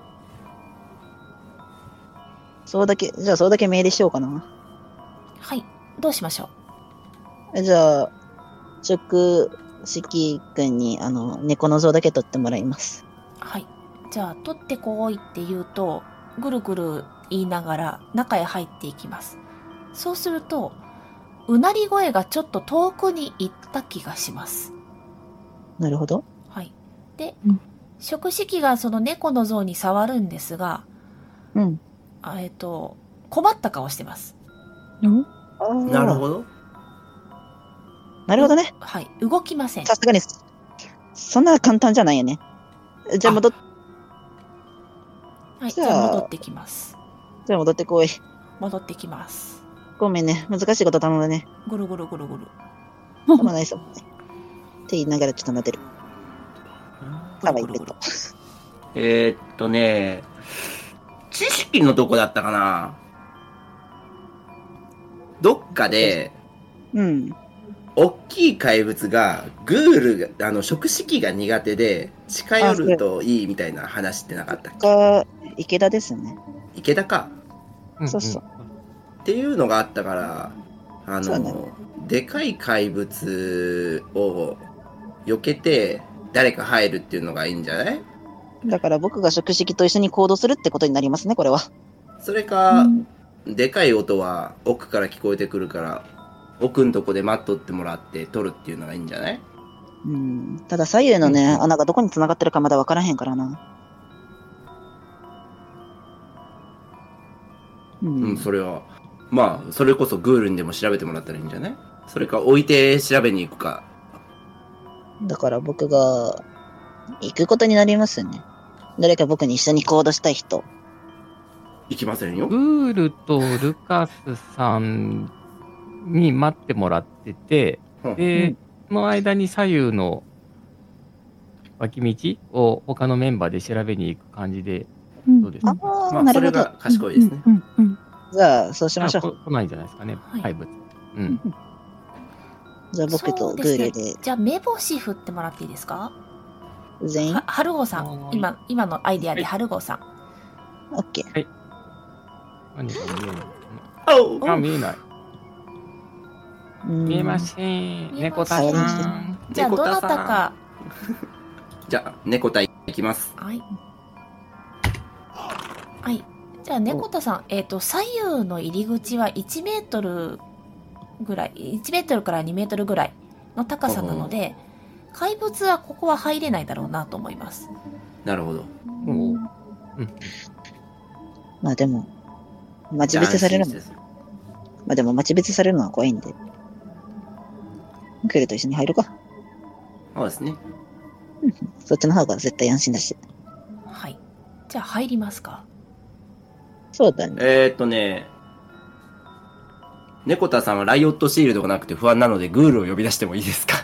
そうだけ命令しようかな。 はい。どうしましょじゃあ、職責君に、猫の像だけ取ってもらいます。 う。はい。じゃあ、取ってこいって言うと、ぐるぐる言いながら中へ入っていきます。そうすると、うなり声がちょっと遠くに行った気がします。 なるほど。 はい。で、 うん職責がその猫の像に触るんですが、 うん。 困った顔してます。 なるほど。 なるほどね。 はい。動きません。 さすがに、そんな簡単じゃないよね。じゃあはい。 じゃあじゃあ戻ってきます。 じゃあ戻ってこい。 戻ってきます。 ごめんね。難しいこと頼んだね。 ぐるぐるぐるぐる。 たまないそう。って言いながらちょっと撫でる。かわいいペット。 知識のとこだったかな。どっかで、 うん。 大きい怪物が、グールが、食式が苦手で、近寄るといいみたいな話ってなかったっけ？ 池田ですね。 池田か。 そうそう。 っていうのがあったから、 そうねでかい怪物を避けて、誰か入るっていうのがいいんじゃない？ だから僕が職責と一緒に行動するってことになりますね、これは。 それか、でかい音は奥から聞こえてくるから、奥んとこで待っとってもらって撮るっていうのがいいんじゃない？ ただ左右のね、穴がどこに繋がってるかまだ分からへんからな。 それは。まあ、それこそグールにでも調べてもらったらいいんじゃない？それか置いて調べに行くか。 だから僕が行くことになりますよね。誰か僕に一緒に行動したい人。 行きませんよ。 グールとルカスさんに待ってもらってて、で、その間に左右の脇道を他のメンバーで調べに行く感じで、どうですか？ ああ、 まあ、 なるほど。 それが賢いですね。 じゃあ、そうしましょう。 来ないんじゃないですかね、 はい怪物。 じゃあ僕とグールでじゃあ目星振ってもらっていいですか？ 全員はるごさん。今のアイデアではるごさん。 オッケー。 何か見えない。 おあ、見えない。見えません。猫たさん。 じゃあどなたか。 じゃあ、猫隊いきます。 はい。はい。じゃあ猫田さん、左右の入り口は1メートルぐらい、1メートルから2メートルぐらいの高さなので、怪物はここは入れないだろうなと思います。 なるほど。 まあでも、待ち伏せされるの。まあでも待ち伏せされるのは怖いんで。グールと一緒に入るか。 そうですね。 そっちの方が絶対安心だし。 はい。じゃあ入りますか。 そうだね。 猫田さんはライオットシールドがなくて不安なのでグールを呼び出してもいいですか？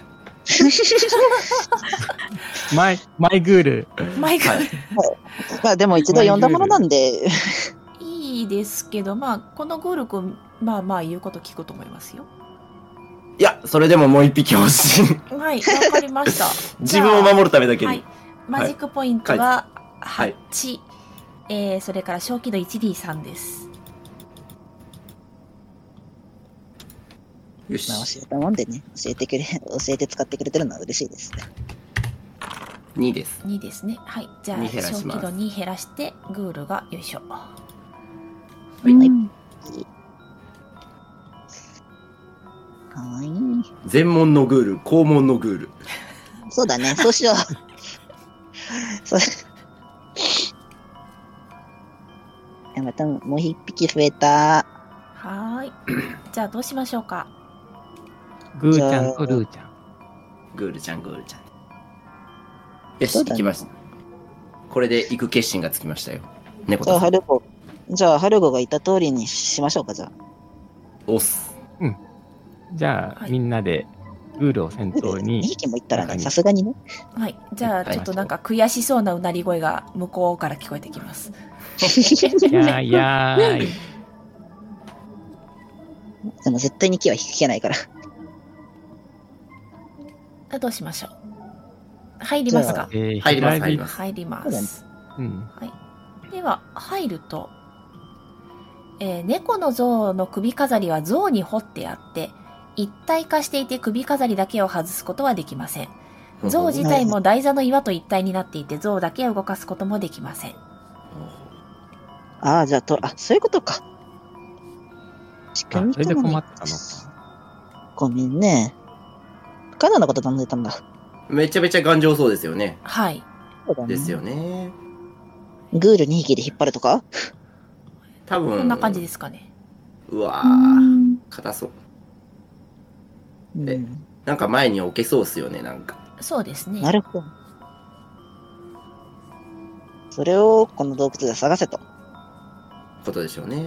マイグール。 マイグール。 まあでも一度呼んだものなんで。 いいですけど、まあ、このグール君、まあまあ言うこと聞くと思いますよ。 いや、それでももう一匹欲しい。 はい、わかりました。 自分を守るためだけに。 はい。マジックポイントが8、それから小気度 1D3 です。 よし。 まあ教えたもんでね、教えて使ってくれてるのは嬉しいですね。 2です。 2ですね。はい。じゃあ、 2減らします小気度2減らして、グールが、よいしょ。 全門のグール、肛門のグール。 そうだね、そうしよう。またもう一匹増えた。 はーい。じゃあどうしましょうか。 グーちゃんとルーちゃん。 グールちゃん、グールちゃん。よし、行きました。これで行く決心がつきましたよ。猫田さん。 じゃあ、ハルゴが言った通りにしましょうか、じゃあ。 おっす。 じゃあ、みんなでグールを先頭に。 2匹も言ったらね、さすがにね。 はい。じゃあ、ちょっとなんか悔しそうなうなり声が向こうから聞こえてきます。 やーやーい。 でも絶対に木は引けないから。 どうしましょ入りますか？ 入ります、入ります。 入ります。 うん。 はい。では、入ると、猫の像の首飾りは像に彫ってあって、一体化していて首飾りだけを外すことはできません。像自体も台座の岩と一体になっていて、像だけを動かすこともできません。 ああ、じゃあ、そういうことか。仕あ、それで組みかな困ったのか。 ごめんね。カナのこと頼んでたんだ。 めちゃめちゃ頑丈そうですよね。 はい。 そうだねですよね。 グール2匹で引っ張るとか多分。 こんな感じですかね。 うわうー、 ん硬そう。 うん。 なんか前に置けそうっすよね、なんか。 そうですね。 なるほど。それをこの洞窟で探せと。 ことでしょうね。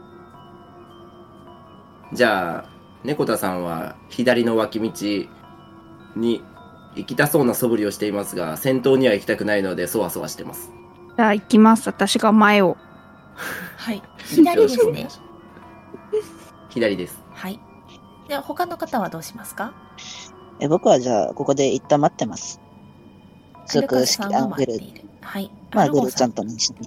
じゃあ、猫田さんは左の脇道に行きたそうな素振りをしていますが、先頭には行きたくないので、そわそわしてます。 じゃあ行きます。私が前を。 はい。左ですね。 左です。 はい。では、他の方はどうしますか？ 僕はじゃあ、ここで一旦待ってます。 ルカ即スさんはグル待っている。はい。 まあ、 アルゴンさんグルちゃんとにして。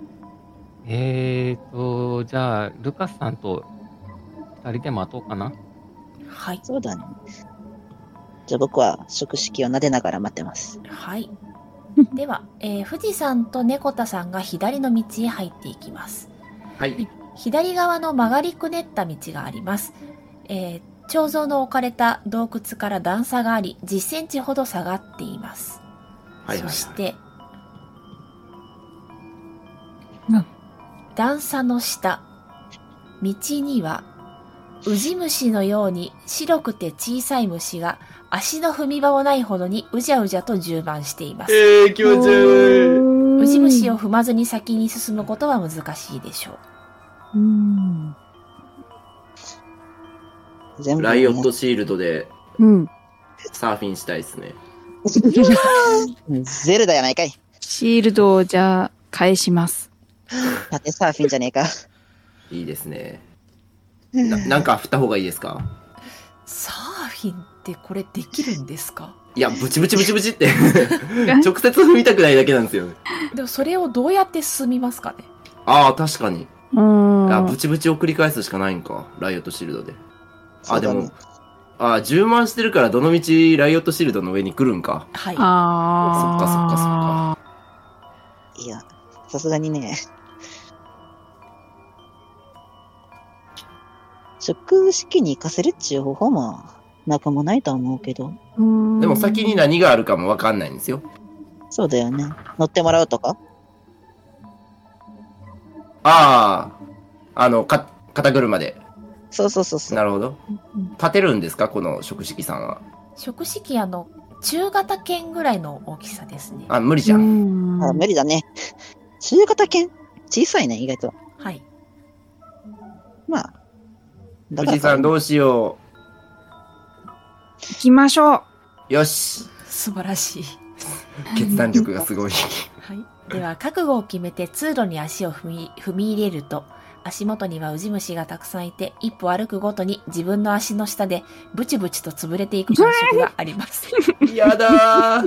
じゃあ、ルカスさんと二人で待とうかな。 はい。 そうだね。じゃあ僕は食式を撫でながら待ってます。 はい。では、富士山と猫田さんが左の道へ入っていきます。 はい。 左側の曲がりくねった道があります。彫像の置かれた洞窟から段差があり、10センチほど下がっています。 はいはいはいそして、 うん段差の下、道には、ウジ虫のように白くて小さい虫が足の踏み場もないほどにうじゃうじゃと充満しています。 気持ち悪い。 ウジ虫を踏まずに先に進むことは難しいでしょう。 うん。 全部、 ライオットシールドでうん。 サーフィンしたいですね。 ゼルダやないかい。 シールドをじゃあ返します。 縦サーフィンじゃねえか。 いいですね。なんか振った方がいいですか？ サーフィンってこれできるんですか？ いや、ブチブチブチブチって直接踏みたくないだけなんですよ。 でもそれをどうやって進みますかね？ ああ、確かに。 うん。 ブチブチを繰り返すしかないんか。ライオットシールドで。でそうだねも、充満してるからどの道ライオットシールドの上に来るんか。 はい。 ああ。 そっかそっかそっか。 いや、さすがにね。食式に行かせるっちゅう方法もなくもないとは思うけど。 でも先に何があるかもわかんないんですよ。 そうだよね。乗ってもらうとか肩車で。 そうそうそうそう。 なるほど。立てるんですかこの食式さんは。 食式中型犬ぐらいの大きさですね。 無理じゃん。 無理だね。中型犬小さいね、意外と。 はい。 まあ。 藤井さんどうしよ行きましょう。 う。よし。 素晴らしい。 決断力がすごい。 はい。では、覚悟を決めて通路に足を踏み入れると、足元にはウジ虫がたくさんいて、一歩歩くごとに自分の足の下でブチブチと潰れていく感触があります。 やだー。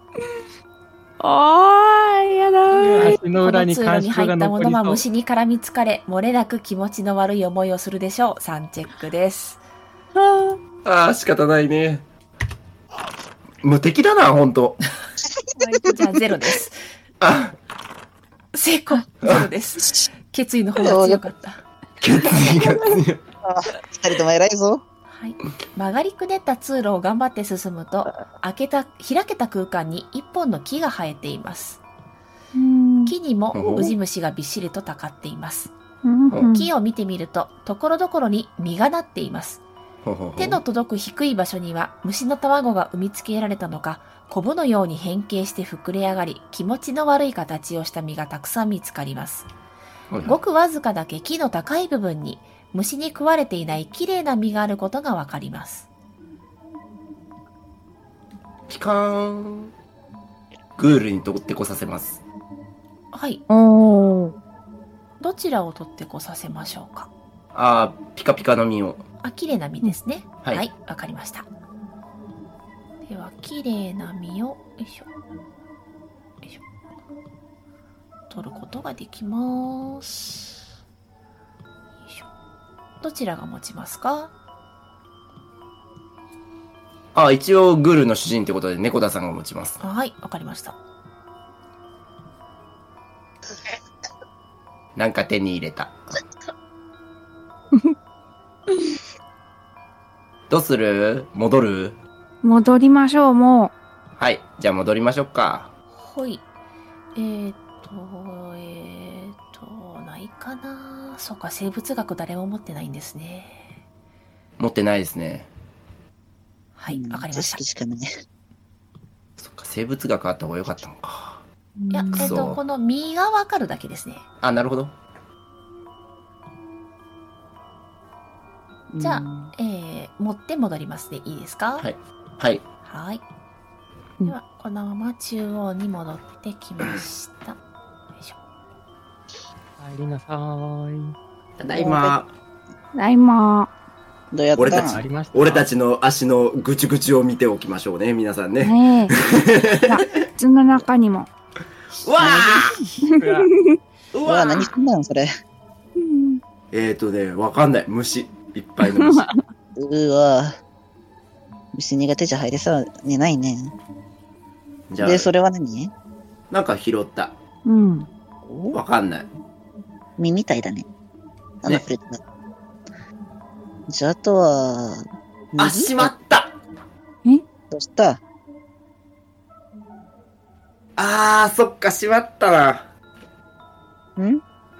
やだー。 足の裏にこの通路に入感触がったものは残りそう。 虫に絡みつかれ、漏れなく気持ちの悪い思いをするでしょう。3チェックです。 仕方ないね。無敵だな、ほんと。 じゃあ0です。成功0です。決意の方が強かった。 決意が強い。 二人とも偉いぞ。 はい、曲がりくねった通路を頑張って進むと、開けた空間に一本の木が生えています。木にもウジ虫がびっしりとたかっています。木を見てみると、ところどころに実がなっています。手の届く低い場所には虫の卵が産みつけられたのか、コブのように変形して膨れ上がり、気持ちの悪い形をした実がたくさん見つかります。ごくわずかだけ木の高い部分に虫に食われていない綺麗な実があることがわかります。 ピカーン。グールに取ってこさせます。 はい。どちらを取ってこさせましょうか。 ピカピカの実を。 綺麗な実ですね。 はいはい、わかりました。 では、綺麗な実を、よいしょ。よいしょ。取ることができます。よいしょ。どちらが持ちますか？ あ、一応グルの主人ってことで猫田さんが持ちます。 はい、わかりました。 なんか手に入れた。どうする？戻る？ 戻りましょう、もはい。じゃあ戻りましょうか。 ほい。ないかな。そうか、生物学誰も持ってないんですね。 持ってないですね。 はい、わかりました。 知識しかない。 そっか、生物学あった方が良かったのか。 う。 いや、 そうこの実がわかるだけですね。 あ、なるほど。 じゃあ、持って戻りますでいいですか？ はい。はい。 はい。 うんでは、このまま中央に戻ってきました。よいしょ。 帰りなさーい。 ただいま。 ただいま。 どうやった俺たちありました。 俺たちの足のぐちぐちを見ておきましょうね、皆さんね。 ねえ。あ、靴の中にも。 うわうわーうわ、何すんなのそれ。 うんわかんない。虫。いっぱいの虫。 うわ。虫苦手じゃ入れそうにないね。 じゃあで、、それは何？ なんか拾った。 うん。 わかんない。 実みたいだね。 ねプレートが。じゃあ、あとは、 あ、しまったどうした？ あー、そっか、しまったな。 ん？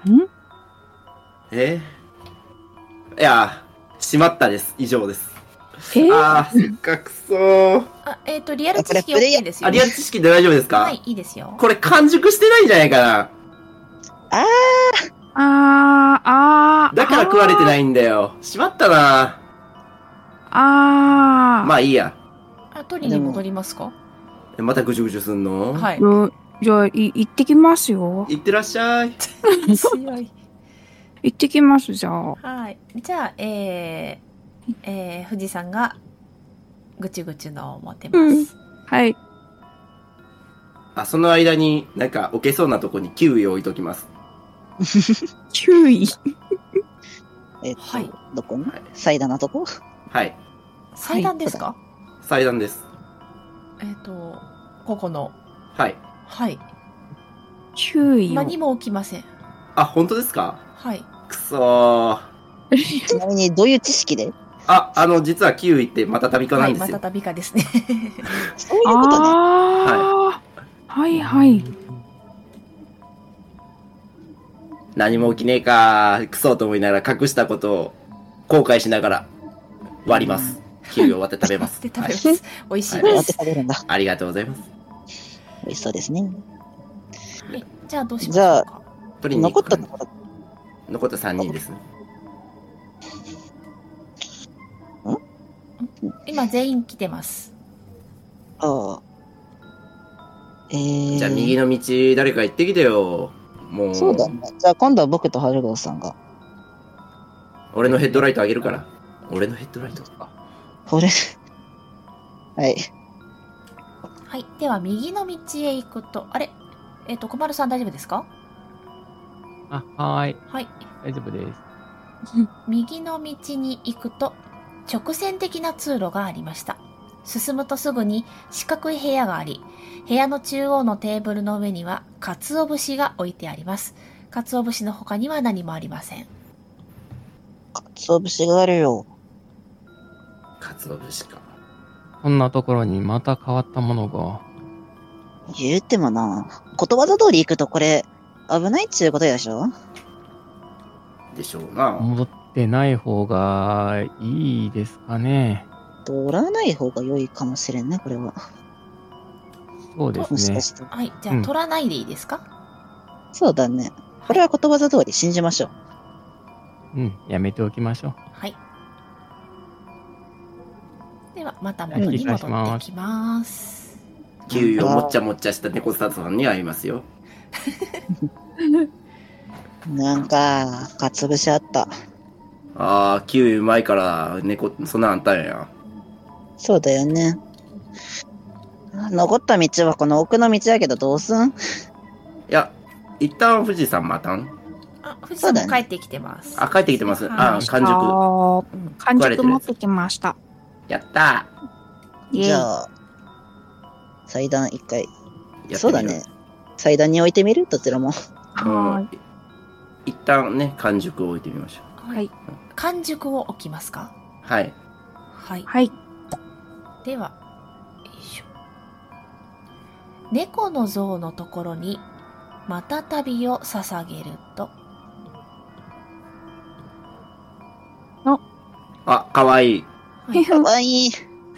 いやー、しまったです。以上です。 えあー、せっかくそー。 あ、リアル知識これプレイヤ OK ですよ。 あ、リアル知識で大丈夫ですか？ はい、いいですよ。 これ完熟してないんじゃないかな。だから食われてないんだよ。しまったな。まあいいや。 取りに戻りますか？ またぐちゅぐちゅすんの？ はい。 じゃあ、行ってきますよ。 いってらっしゃい。 強い。 行ってきます、じゃあ。 はい。じゃあ、富士山がぐちゅぐちゅのを持ってます。 はい。 あ、その間になんか置けそうなとこにキウイを置いときます。 注意。 はいどこに？ はい祭壇のとこ？ はい。 祭壇ですか？ 祭壇です。 ここの。 はい。 はい。 注意を。 何も起きません。 あ、本当ですか？ はい。 くそー。 ちなみに、どういう知識で？ あ、実はキウイってまた旅化なはい、 んですよ。 また旅かですね。 そういうことね。 ああ。はいはい。 何も起きねえかー、くそーと思いながら隠したことを後悔しながら割ります。キウイを割って食べます。 で食べまはいす。美味しいどうやってです。 食べるんだ。 ありがとうございます。 美味しそうですね。 じゃあどうしましょうか？ 取りに行く残ったところ。 残った3人です。 今全員来てます。 ああ。 じゃあ右の道誰か行ってきてよ。もう、 そうだね。じゃあ今度は僕と春郎さんが。 俺のヘッドライトあげるから。俺のヘッドライトか。 俺、はい。 はい。では右の道へ行くと、あれ小丸さん大丈夫ですか？ あ、はーい。 はい。 大丈夫です。 右の道に行くと直線的な通路がありました。進むとすぐに四角い部屋があり、部屋の中央のテーブルの上には鰹節が置いてあります。鰹節の他には何もありません。 鰹節があるよ。 鰹節か。 こんなところにまた変わったものが。 言うてもな、ことわざ通り行くとこれ、危ないっちゅうことでしょ？ でしょうな。 戻ってない方がいいですかね。 通らない方が良いかもしれんね、これは。 そうですねもしか。して。 はい。じゃあ、取らないでいいですか？ そうだね。これはことわざ通り信じましょう。 うん、やめておきましょう。 はい。では、また元に戻ってきます。 キウイをもっちゃもっちゃした猫スタさんに会いますよ。 なんか、鰹節あった。 あー、キウイうまいから猫、そんなんあったんや。 そうだよね。 残った道はこの奥の道やけどどうすん？ いや、一旦富士山待たん？ あ、富士山も帰ってきてます。 あ、帰ってきてます。 はいあ、完熟。 完熟持ってきました。 やったじゃあ、祭壇一回。 ー。 そうだね。祭壇に置いてみる？どちらも。 は一旦ね、完熟を置いてみましょい。はい。 完熟を置きますか？ う。はい。 はい。 はい。 では、よいしょ。猫の像のところに、またたびを捧げると、 あ、かわいい。 かわいい。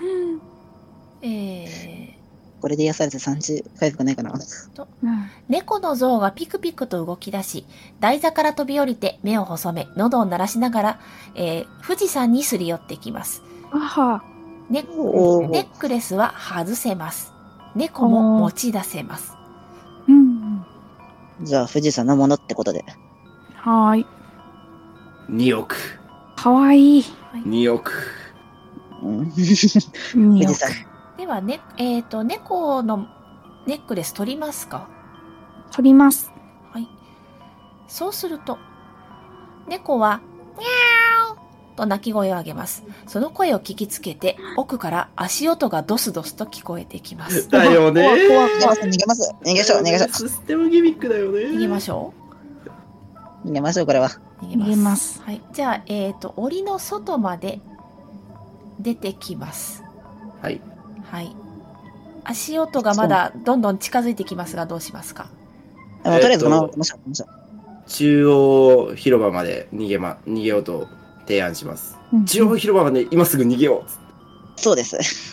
これで癒されて30回復ないかな。 猫の像がピクピクと動き出し、台座から飛び降りて目を細め、喉を鳴らしながら、富士山にすり寄ってきます。 あは。 ネックレスは外せます。猫も持ち出せます。 うん。 じゃあ、富士山のものってことで。 はーい。 2億。 かわいい。 2億。 富富士山。 ではね、猫のネックレス取りますか？ 取ります。 はい。そうすると、猫は、にゃーと鳴き声を上げます。その声を聞きつけて、奥から足音がドスドスと聞こえてきます。 だよねー。 逃げます、逃げます。逃げましょう、逃げましょシステムギミックだよねー。 逃げましょう。逃げましょう、これは。 う。 逃げます。 はい。じゃあ、檻の外まで出てきます。 はい。 はい。足音がまだどんどん近づいてきますが、どうしますか？ とりあえず、もしょう。 中央広場まで逃げようと提案します。中央広場まで今すぐ逃げよう。 そうです。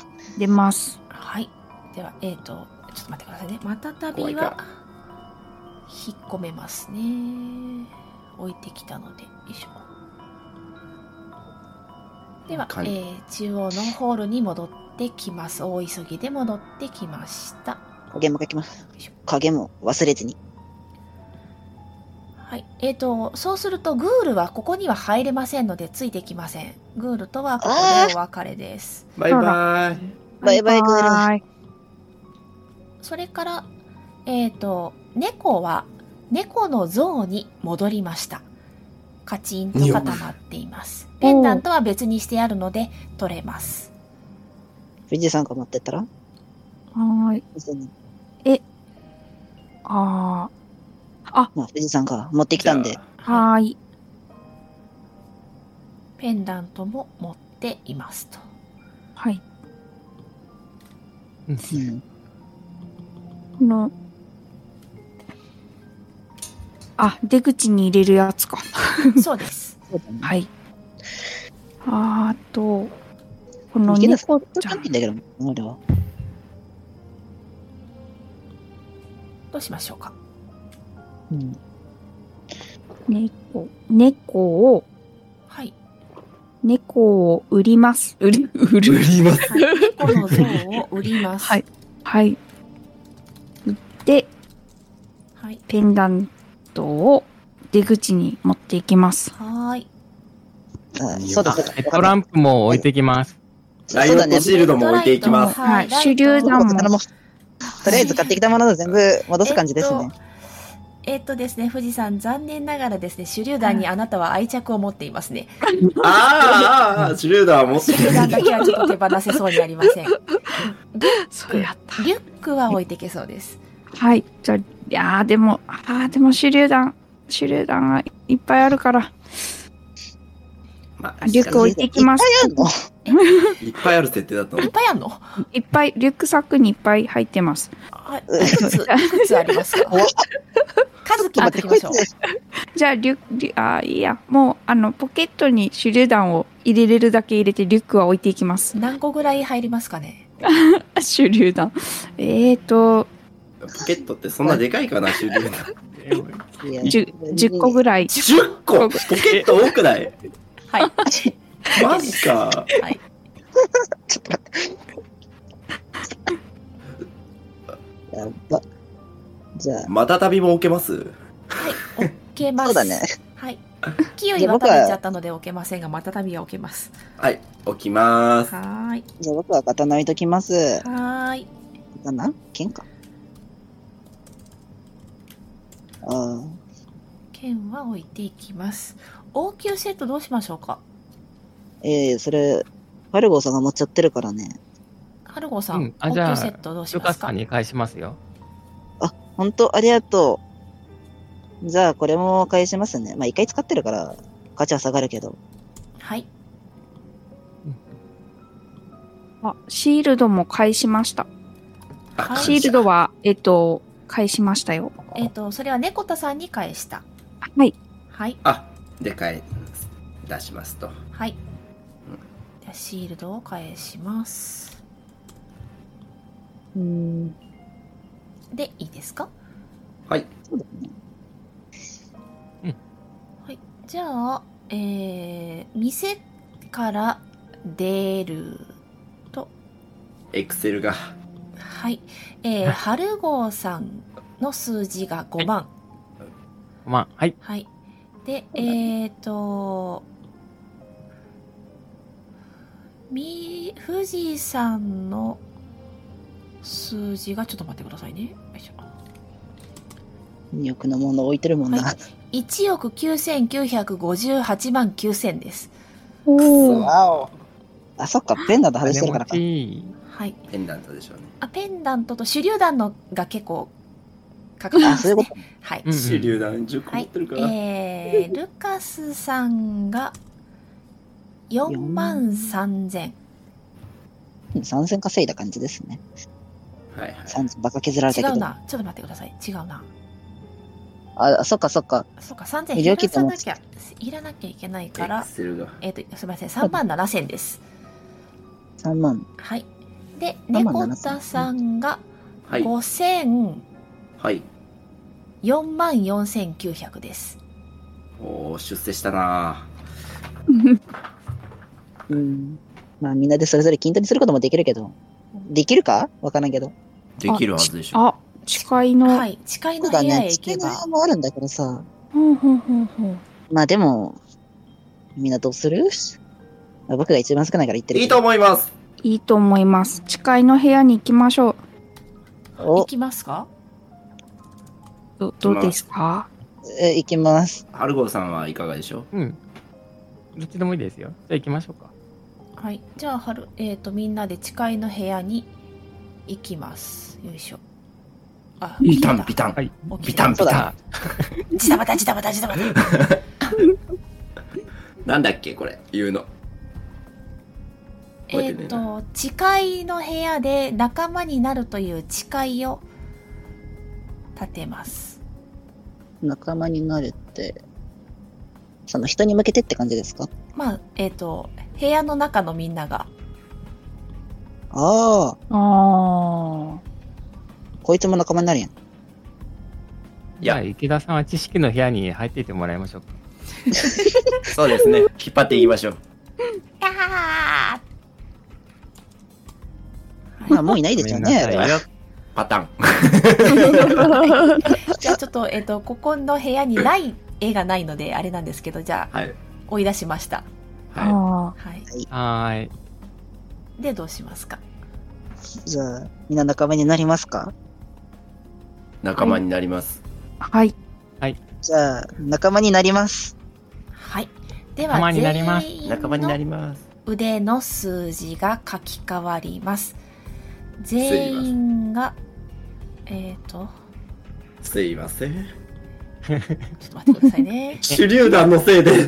出ます。 はい。では、ちょっと待ってくださいね。またたびは怖いか、 引っ込めますね。置いてきたので、よいしょ。では、中央のホールに戻ってきます。大急ぎで戻ってきました。 影も書きます。影も忘れずに。 はい。そうすると、グールはここには入れませんので、ついてきません。グールとはここでお別れです。 バイバーイ。 バイバイ、グール。 それから、猫は、猫の像に戻りました。カチンと固まっています。ペンダントは別にしてあるので、取れます。 富士山が持ってったら？ はーい。まあ、 富士山が持ってきたんで。 はーい。 ペンダントも持っていますと。 はい。 うん。 この、出口に入れるやつか。 そうです。 はい。この猫ちゃん。 どうしましょうか。 猫を売ります。売ります。 猫の像を売ります。 はい。はい。売って、 はい。 ペンダントを出口に持っていきます。 はい。 そうだ。 ヘッドランプも置いてきます。 ライトシールドも置いていきます。 はい。手榴弾も。 とりあえず買ってきたものを全部戻す感じですね。 ですね、富士山、残念ながらですね、手榴弾にあなたは愛着を持っていますね。 手榴弾持ってる。 手榴弾だけはちょっと手放せそうにありません。 そうやった。 リュックは置いてけそうです。 はい。じゃあ、でも手榴弾がいっぱいあるから。リュック置いていきます。 いっぱいある設定だったの。 いっぱいあるの？ いっぱい、リュックサックにいっぱい入ってます。 いくつありますか？数決めてきましょう。 じゃあ、いいや。もう、ポケットに手榴弾を入れれるだけ入れて、リュックは置いていきます。 何個ぐらい入りますかね？ 手榴弾。 ポケットってそんなでかいかな、手榴弾。 10個ぐらい。 10個ポケット多くない？ はい。 マジか。 はい。 ちょっと待って。やば。じゃあ。 また旅も置けます？ はい。置けます。 そうだね。 はい。 キウイは食べちゃったので置けませんが、また旅は置けます。 はい、置きます。 はーい。 じゃあ僕は刀置いときます。 はーい。 刀剣か。ああ。 剣は置いていきます。応急セットどうしましょうか？ それ、ファルゴーさんが持っちゃってるからね。 ハルゴーさん、 じゃあ応急セットどうしルカスますか？ さんに返しますよ。 あ、ほんと、ありがとう。じゃあ、これも返しますね。まあ、一回使ってるから、価値は下がるけど。 はい。 あ、シールドも返しました。 はいシールドは、返しましたよ。 それは猫田さんに返した。 はい。 はい。 あ、で、出しますと。 はい。じゃあシールドを返します。で、いいですか？ はい。 そうだね。 はい。じゃあ、店から出ると、 エクセルが。 はい。春号さんの数字が5万。 まあ、はい。 はい。で、富士さんの数字が、ちょっと待ってくださいね。よいしょ。 2億のもの置いてるもんな。 はい、1億9958万9000です。 おー。 わお。あ、そっか、ペンダント外してるからか。 はい。 ペンダントでしょうね。 ペンダントと手榴弾のが結構かかってますね。 そういうこと。 はい。 手榴弾10個持ってるから。 ルカスさんが4万3000。 3000稼いだ感じですね。 はいはい。 3000バカ削られたけど。 違うな。ちょっと待ってください。違うな。 あ、そっかそっか。 そっか、3000減らさなきゃ、いらなきゃいけないから、すみません、3万7000です。 3万。 はい。で、猫田さんが5000、 はい。 4万4900です。 おー、出世したなまあみんなでそれぞれ均等にすることもできるけど、できるかわからんけど。 できるはずでしょ。 あ、誓いの。 はい、誓いの部屋へ行けば。 誓いの部屋もあるんだけどさ。 まあでも、みんなどうする？僕が一番少ないから言ってる。 いいと思います。 いいと思います。誓いの部屋に行きましょう。 行きますか？ どうですか？ 行きます。 春号さんはいかがでしょう？どっちでもいいですよ。じゃあ行きましょうか。 はい。じゃあ、みんなで誓いの部屋に行きます。よいしょ。あ、 ビタンビタン。 はい。 ビタンビタン。ジタバタジタバタジタバタ。 なんだっけこれ、言うの。 誓いの部屋で仲間になるという誓いを立てます。 仲間になるって、その人に向けてって感じですか？ まあ、部屋の中のみんなが。 こいつも仲間になるやん。 いや、池田さんは知識の部屋に入っていてもらいましょうか。 そうですね。引っ張っていきましょう。 まあもういないでしょうね。 パターン。 じゃあちょっと、ここの部屋にない絵がないのであれなんですけど、じゃあ、追い出しました。 はい 。で、どうしますか？ じゃあ、みんな仲間になりますか？ 仲間になります。 はい。 はい。 じゃあ、仲間になります。 はい。では、 仲間になります。 仲間になります。 腕の数字が書き換わります。全員が、 すいません。 ちょっと待ってくださいね。 手榴弾のせいで。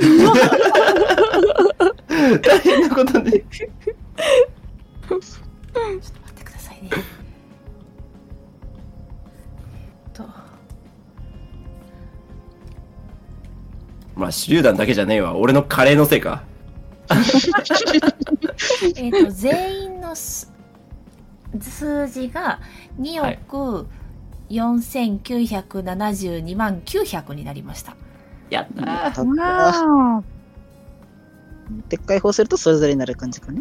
大変なことで。 ちょっと待ってくださいね。 まあ手榴弾だけじゃねえわ。俺のカレーのせいか。 全員の数字が2億4972万900になりました。 やったー。でっかい方するとそれぞれになる感じかね。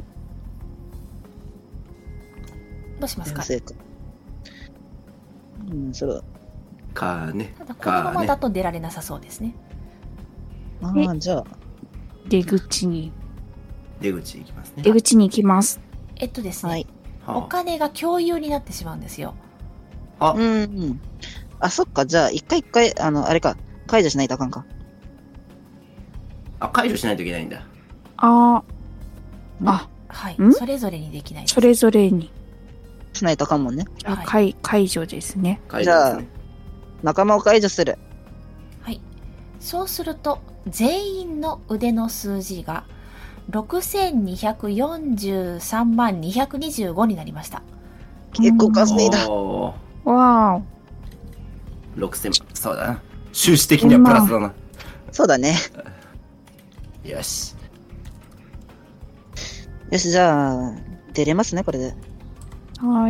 どうしますか？ それは。 かね。 ただこのままだと出られなさそうですね。 じゃあ。 出口に出口行きますね。 出口に行きます。 ですね、 はい。 お金が共有になってしまうんですよ。 あ、 そっか。じゃあ、一回、あれか。解除しないとあかんか。 解除しないといけないんだ。 はい。 それぞれにできないです。 それぞれに。 しないとあかんもんね。 解除ですね。 解除ですね。 じゃあ、仲間を解除する。 はい。そうすると、全員の腕の数字が6243万225になりました。 結構稼いだ。 わー。 6000、そうだな。収支的にはプラスだな。 そうだね。 よし。 よし、じゃあ、出れますね、これで。 はい。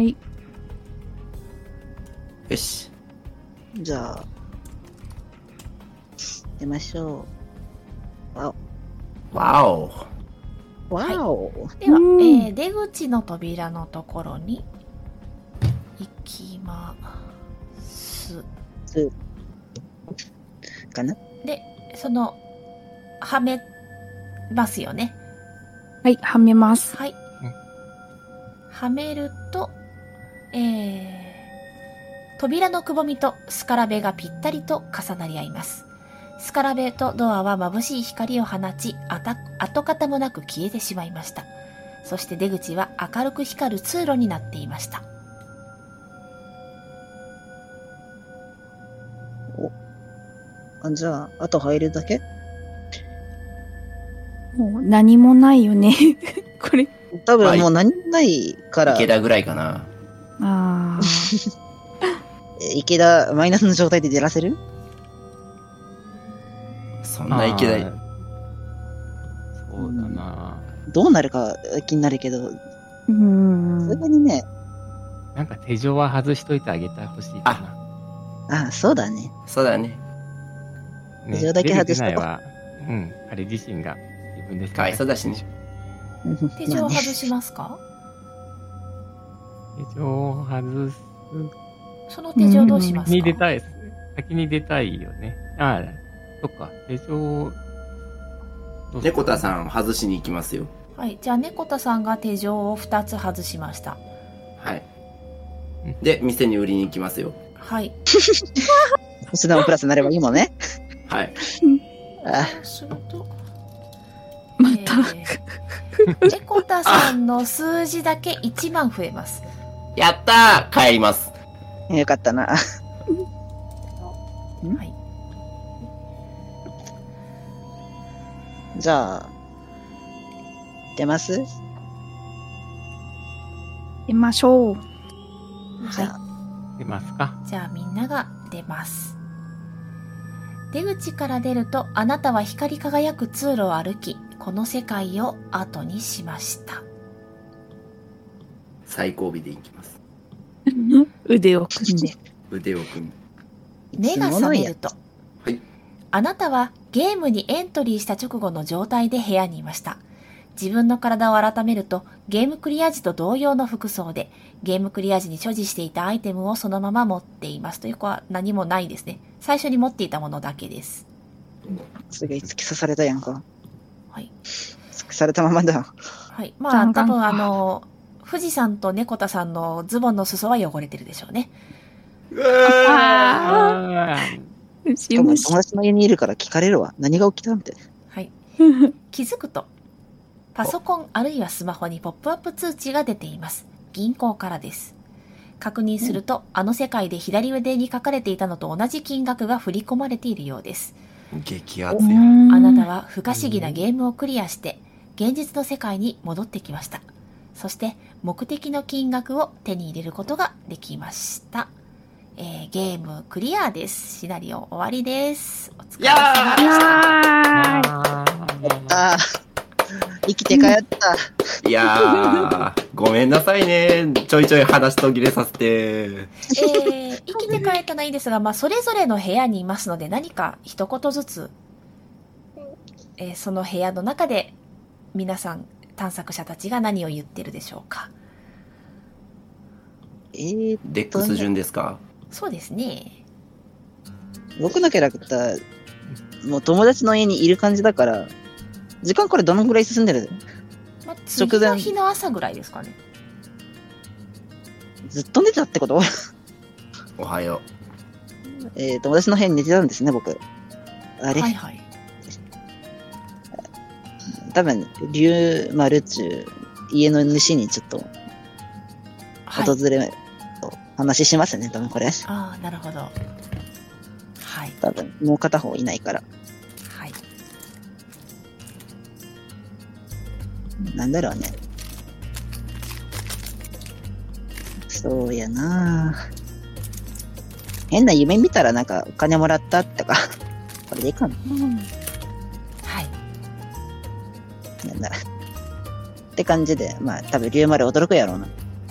よし。 じゃあ、出ましょう。 わお。 わお。 では、出口の扉のところに行きます。 かな？ で、はめますよね。 はい、はめます。 はい。はめると、扉のくぼみとスカラベがぴったりと重なり合います。スカラベとドアは眩しい光を放ち、跡形もなく消えてしまいました。そして出口は明るく光る通路になっていました。 じゃあ、あと入るだけ？ もう何もないよね。これ。 多分もう何もないから。 池田ぐらいかな。 池田、マイナスの状態で出らせる？ そんな池田。 そうだな。 どうなるか気になるけど。それにね。 なんか手錠は外しといてあげてほしいかな。そうだね。 そうだね。 手錠だけ外しとこう。 彼自身が自分でかわいそうだしね。 手錠を外しますか？ 手錠を外す。 その手錠どうしますか？ 先に出たいよね。そっか。手錠。 猫田さん外しに行きますよ。 はい。じゃあ猫田さんが手錠を2つ外しました。 はい。で、店に売りに行きますよ。 はい。 星玉プラスになればいいもんね。 はい。 そうすると、 また、 猫田さんの数字だけ1万増えます。 やったー、帰ります。 よかったな。はい。じゃあ、出ます？ 出ましょう。 はい。 出ますか？ じゃあみんなが出ます。出口から出るとあなたは光り輝く通路を歩き、この世界を後にしました。 最後尾で行きます。 腕を組んで。 腕を組んで。 目が覚めると、 はい。 あなたはゲームにエントリーした直後の状態で部屋にいました。自分の体を改めると、ゲームクリア時と同様の服装で、ゲームクリア時に所持していたアイテムをそのまま持っています。という子は何もないですね。最初に持っていたものだけです。 すげえ突き刺されたやんか。 はい。 突きされたままだ。 はい。まあ、多分富士山と猫田さんのズボンの裾は汚れてるでしょうね。 しかも友達の家にいるから聞かれるわ。何が起きたんて。 はい。気づくと、パソコンあるいはスマホにポップアップ通知が出ています。銀行からです。確認すると、あの世界で左腕に書かれていたのと同じ金額が振り込まれているようです。 激アツや。 あなたは不可思議なゲームをクリアして、現実の世界に戻ってきました。そして、目的の金額を手に入れることができました。ゲームクリアです。シナリオ終わりです。お疲れ様でした。生きて帰った。 いやー、ごめんなさいね。ちょいちょい話途切れさせて。 生きて帰ったのはいいですが、それぞれの部屋にいますので、何か一言ずつ、その部屋の中で皆さん、探索者たちが何を言ってるでしょうか。 デックス順ですか？ そうですね。 僕のキャラクター、 もう友達の家にいる感じだから、時間これどのぐらい進んでる？ まあ、次の日の朝ぐらいですかね。 ずっと寝てたってこと？ おはよ友達の部屋に寝てたんですね、僕。あれ、 はいはい。 多分、竜丸っちゅう家の主にちょっと、 はい、 訪れ、話しますね、多分これ。 ああ、なるほど。はい。 多分、もう片方いないから。 はい。 なんだろうね。そうやなぁ。変な夢見たらなんかお金もらったとか、これでいいかな。 はい。 なんだ。って感じで、まあ多分竜丸驚くやろうな。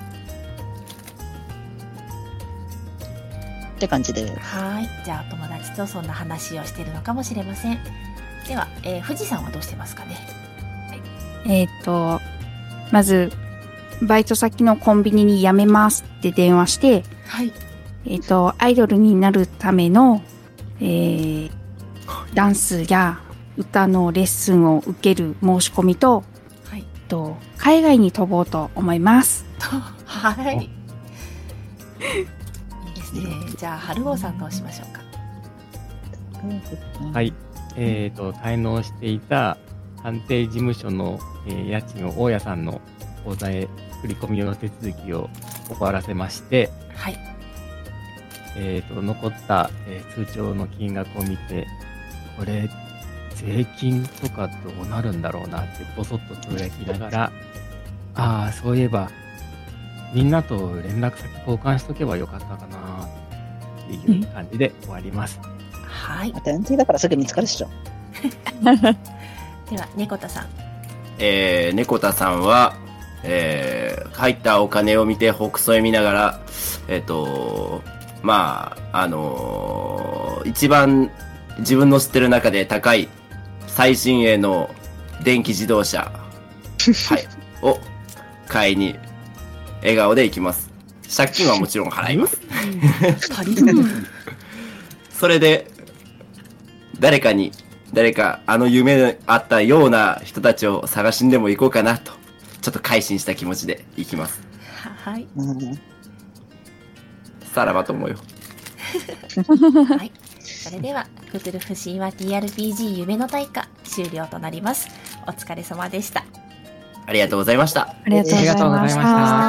って感じで。 はい。じゃあ友達とそんな話をしてるのかもしれません。では、富士山はどうしてますかね。 まず、バイト先のコンビニに辞めますって電話して、 はい。 アイドルになるための、ダンスや歌のレッスンを受ける申し込みと、 はい。 海外に飛ぼうと思います。 はい。いいですね。じゃあ、春郷さんどうしましょうか。 はい。滞納していた探偵事務所の、家賃を大家さんの口座へ振り込みの手続きを終わらせまして、 はい。 残った、通帳の金額を見て、これ、税金とかどうなるんだろうなってぼそっとつぶやきながら、ああ、そういえば、みんなと連絡先交換しとけばよかったかなっていう感じで終わります。 はい。 探偵だからすぐ見つかるっしょ。 では、猫田さん。 猫田さんは、入ったお金を見て、ほくそ笑みながら、まあ、一番自分の知ってる中で高い最新鋭の電気自動車、はい、を買いに笑顔で行きます。借金はもちろん払います。それで、誰かあの夢あったような人たちを探しんでも行こうかなと、ちょっと改心した気持ちで行きます。 はい。 さらばと思うよ。 はい。それでは、クトゥルフ神話 TRPG 夢の大会終了となります。お疲れ様でした。 ありがとうございました。 ありがとうございました。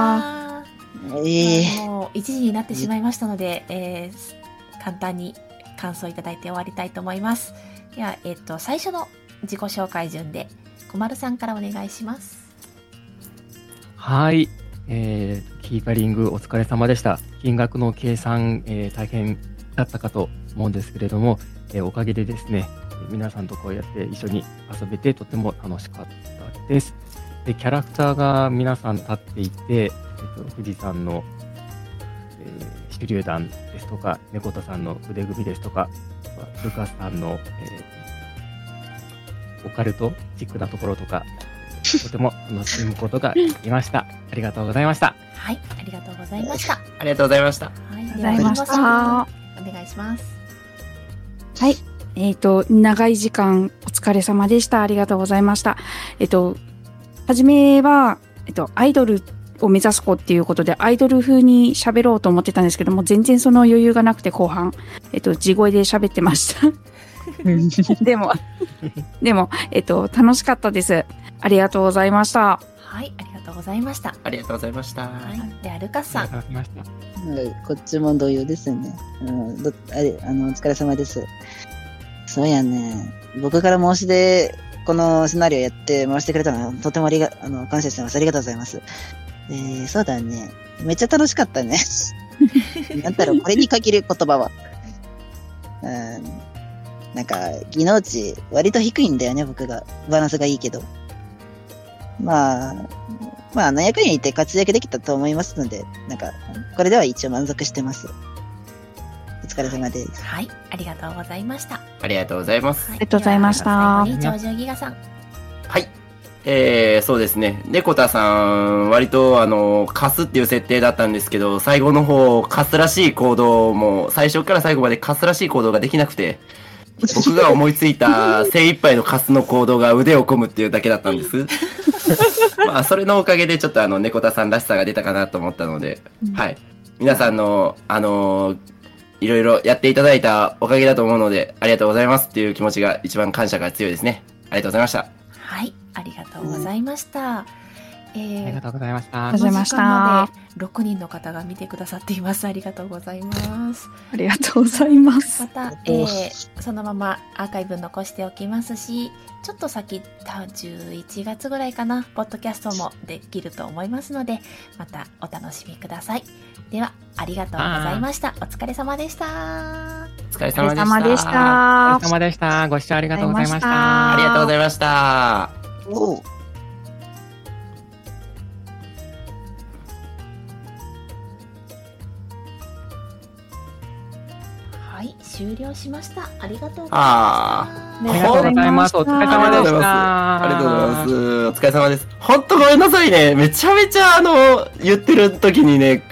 もう1時になってしまいましたので、簡単に感想いただいて終わりたいと思います。では、最初の自己紹介順で、小丸さんからお願いします。 はい。キーパリングお疲れ様でした。金額の計算、大変だったかと思うんですけれども、おかげでですね、皆さんとこうやって一緒に遊べてとても楽しかったです。で、キャラクターが皆さん立っていて、富士山の、手榴弾ですとか、猫田さんの腕組みですとか、ルカスさんの、オカルトチックなところとか、とても楽しむことができました。ありがとうございました。 はい、ありがとうございました。 ありがとうございました。 はい、 ありがとうございました。 お願いします。 はい。長い時間お疲れ様でした。ありがとうございました。はじめは、アイドルを目指す子っていうことで、アイドル風に喋ろうと思ってたんですけども、全然その余裕がなくて後半、地声で喋ってました。でも、楽しかったです。ありがとうございました。 はい、ありがとうございました。 ありがとうございました。 はい、ではルカスさん。 ありがとうございました。 はい、こっちも同様ですね。お疲れ様です。そうやね。僕から申しで、このシナリオやって回してくれたのは、とても感謝してます。ありがとうございます。そうだね。めっちゃ楽しかったね。なんだろう、これに限る言葉は。なんか、技能値、割と低いんだよね、僕が。バランスがいいけど。まあ、何役にいて活躍できたと思いますので、なんか、これでは一応満足してます。お疲れ様です。 はい、ありがとうございました。 ありがとうございます。 ありがとうございました。 最後に超獣ギガさん。 はい。そうですね。猫田さん、割とカスっていう設定だったんですけど、最後の方、カスらしい行動も、最初から最後までカスらしい行動ができなくて、 僕が思いついた精一杯のカスの行動が腕を込むっていうだけだったんです。まあ、それのおかげでちょっと猫田さんらしさが出たかなと思ったので、はい。皆さんの、いろいろやっていただいたおかげだと思うので、ありがとうございますっていう気持ちが一番感謝が強いですね。ありがとうございました。 はい、ありがとうございました。 ありがとうございました。 ありがとうございました。 まで6人の方が見てくださっています。ありがとうございます。 ありがとうございます。 また、そのままアーカイブ残しておきますし、ちょっと先、11月ぐらいかな、ポッドキャストもできると思いますので、またお楽しみください。では、ありがとうございました。お疲れ様でした。 お疲れ様でした。 お疲れ様でした。 お疲れ様でした。ご視聴ありがとうございました。 ありがとうございました。 はい、終了しました。ありがとうございました。 ありがとうございます。お疲れ様でした。 ありがとうございます。お疲れ様です。ほんとごめんなさいね。めちゃめちゃ言ってる時にね、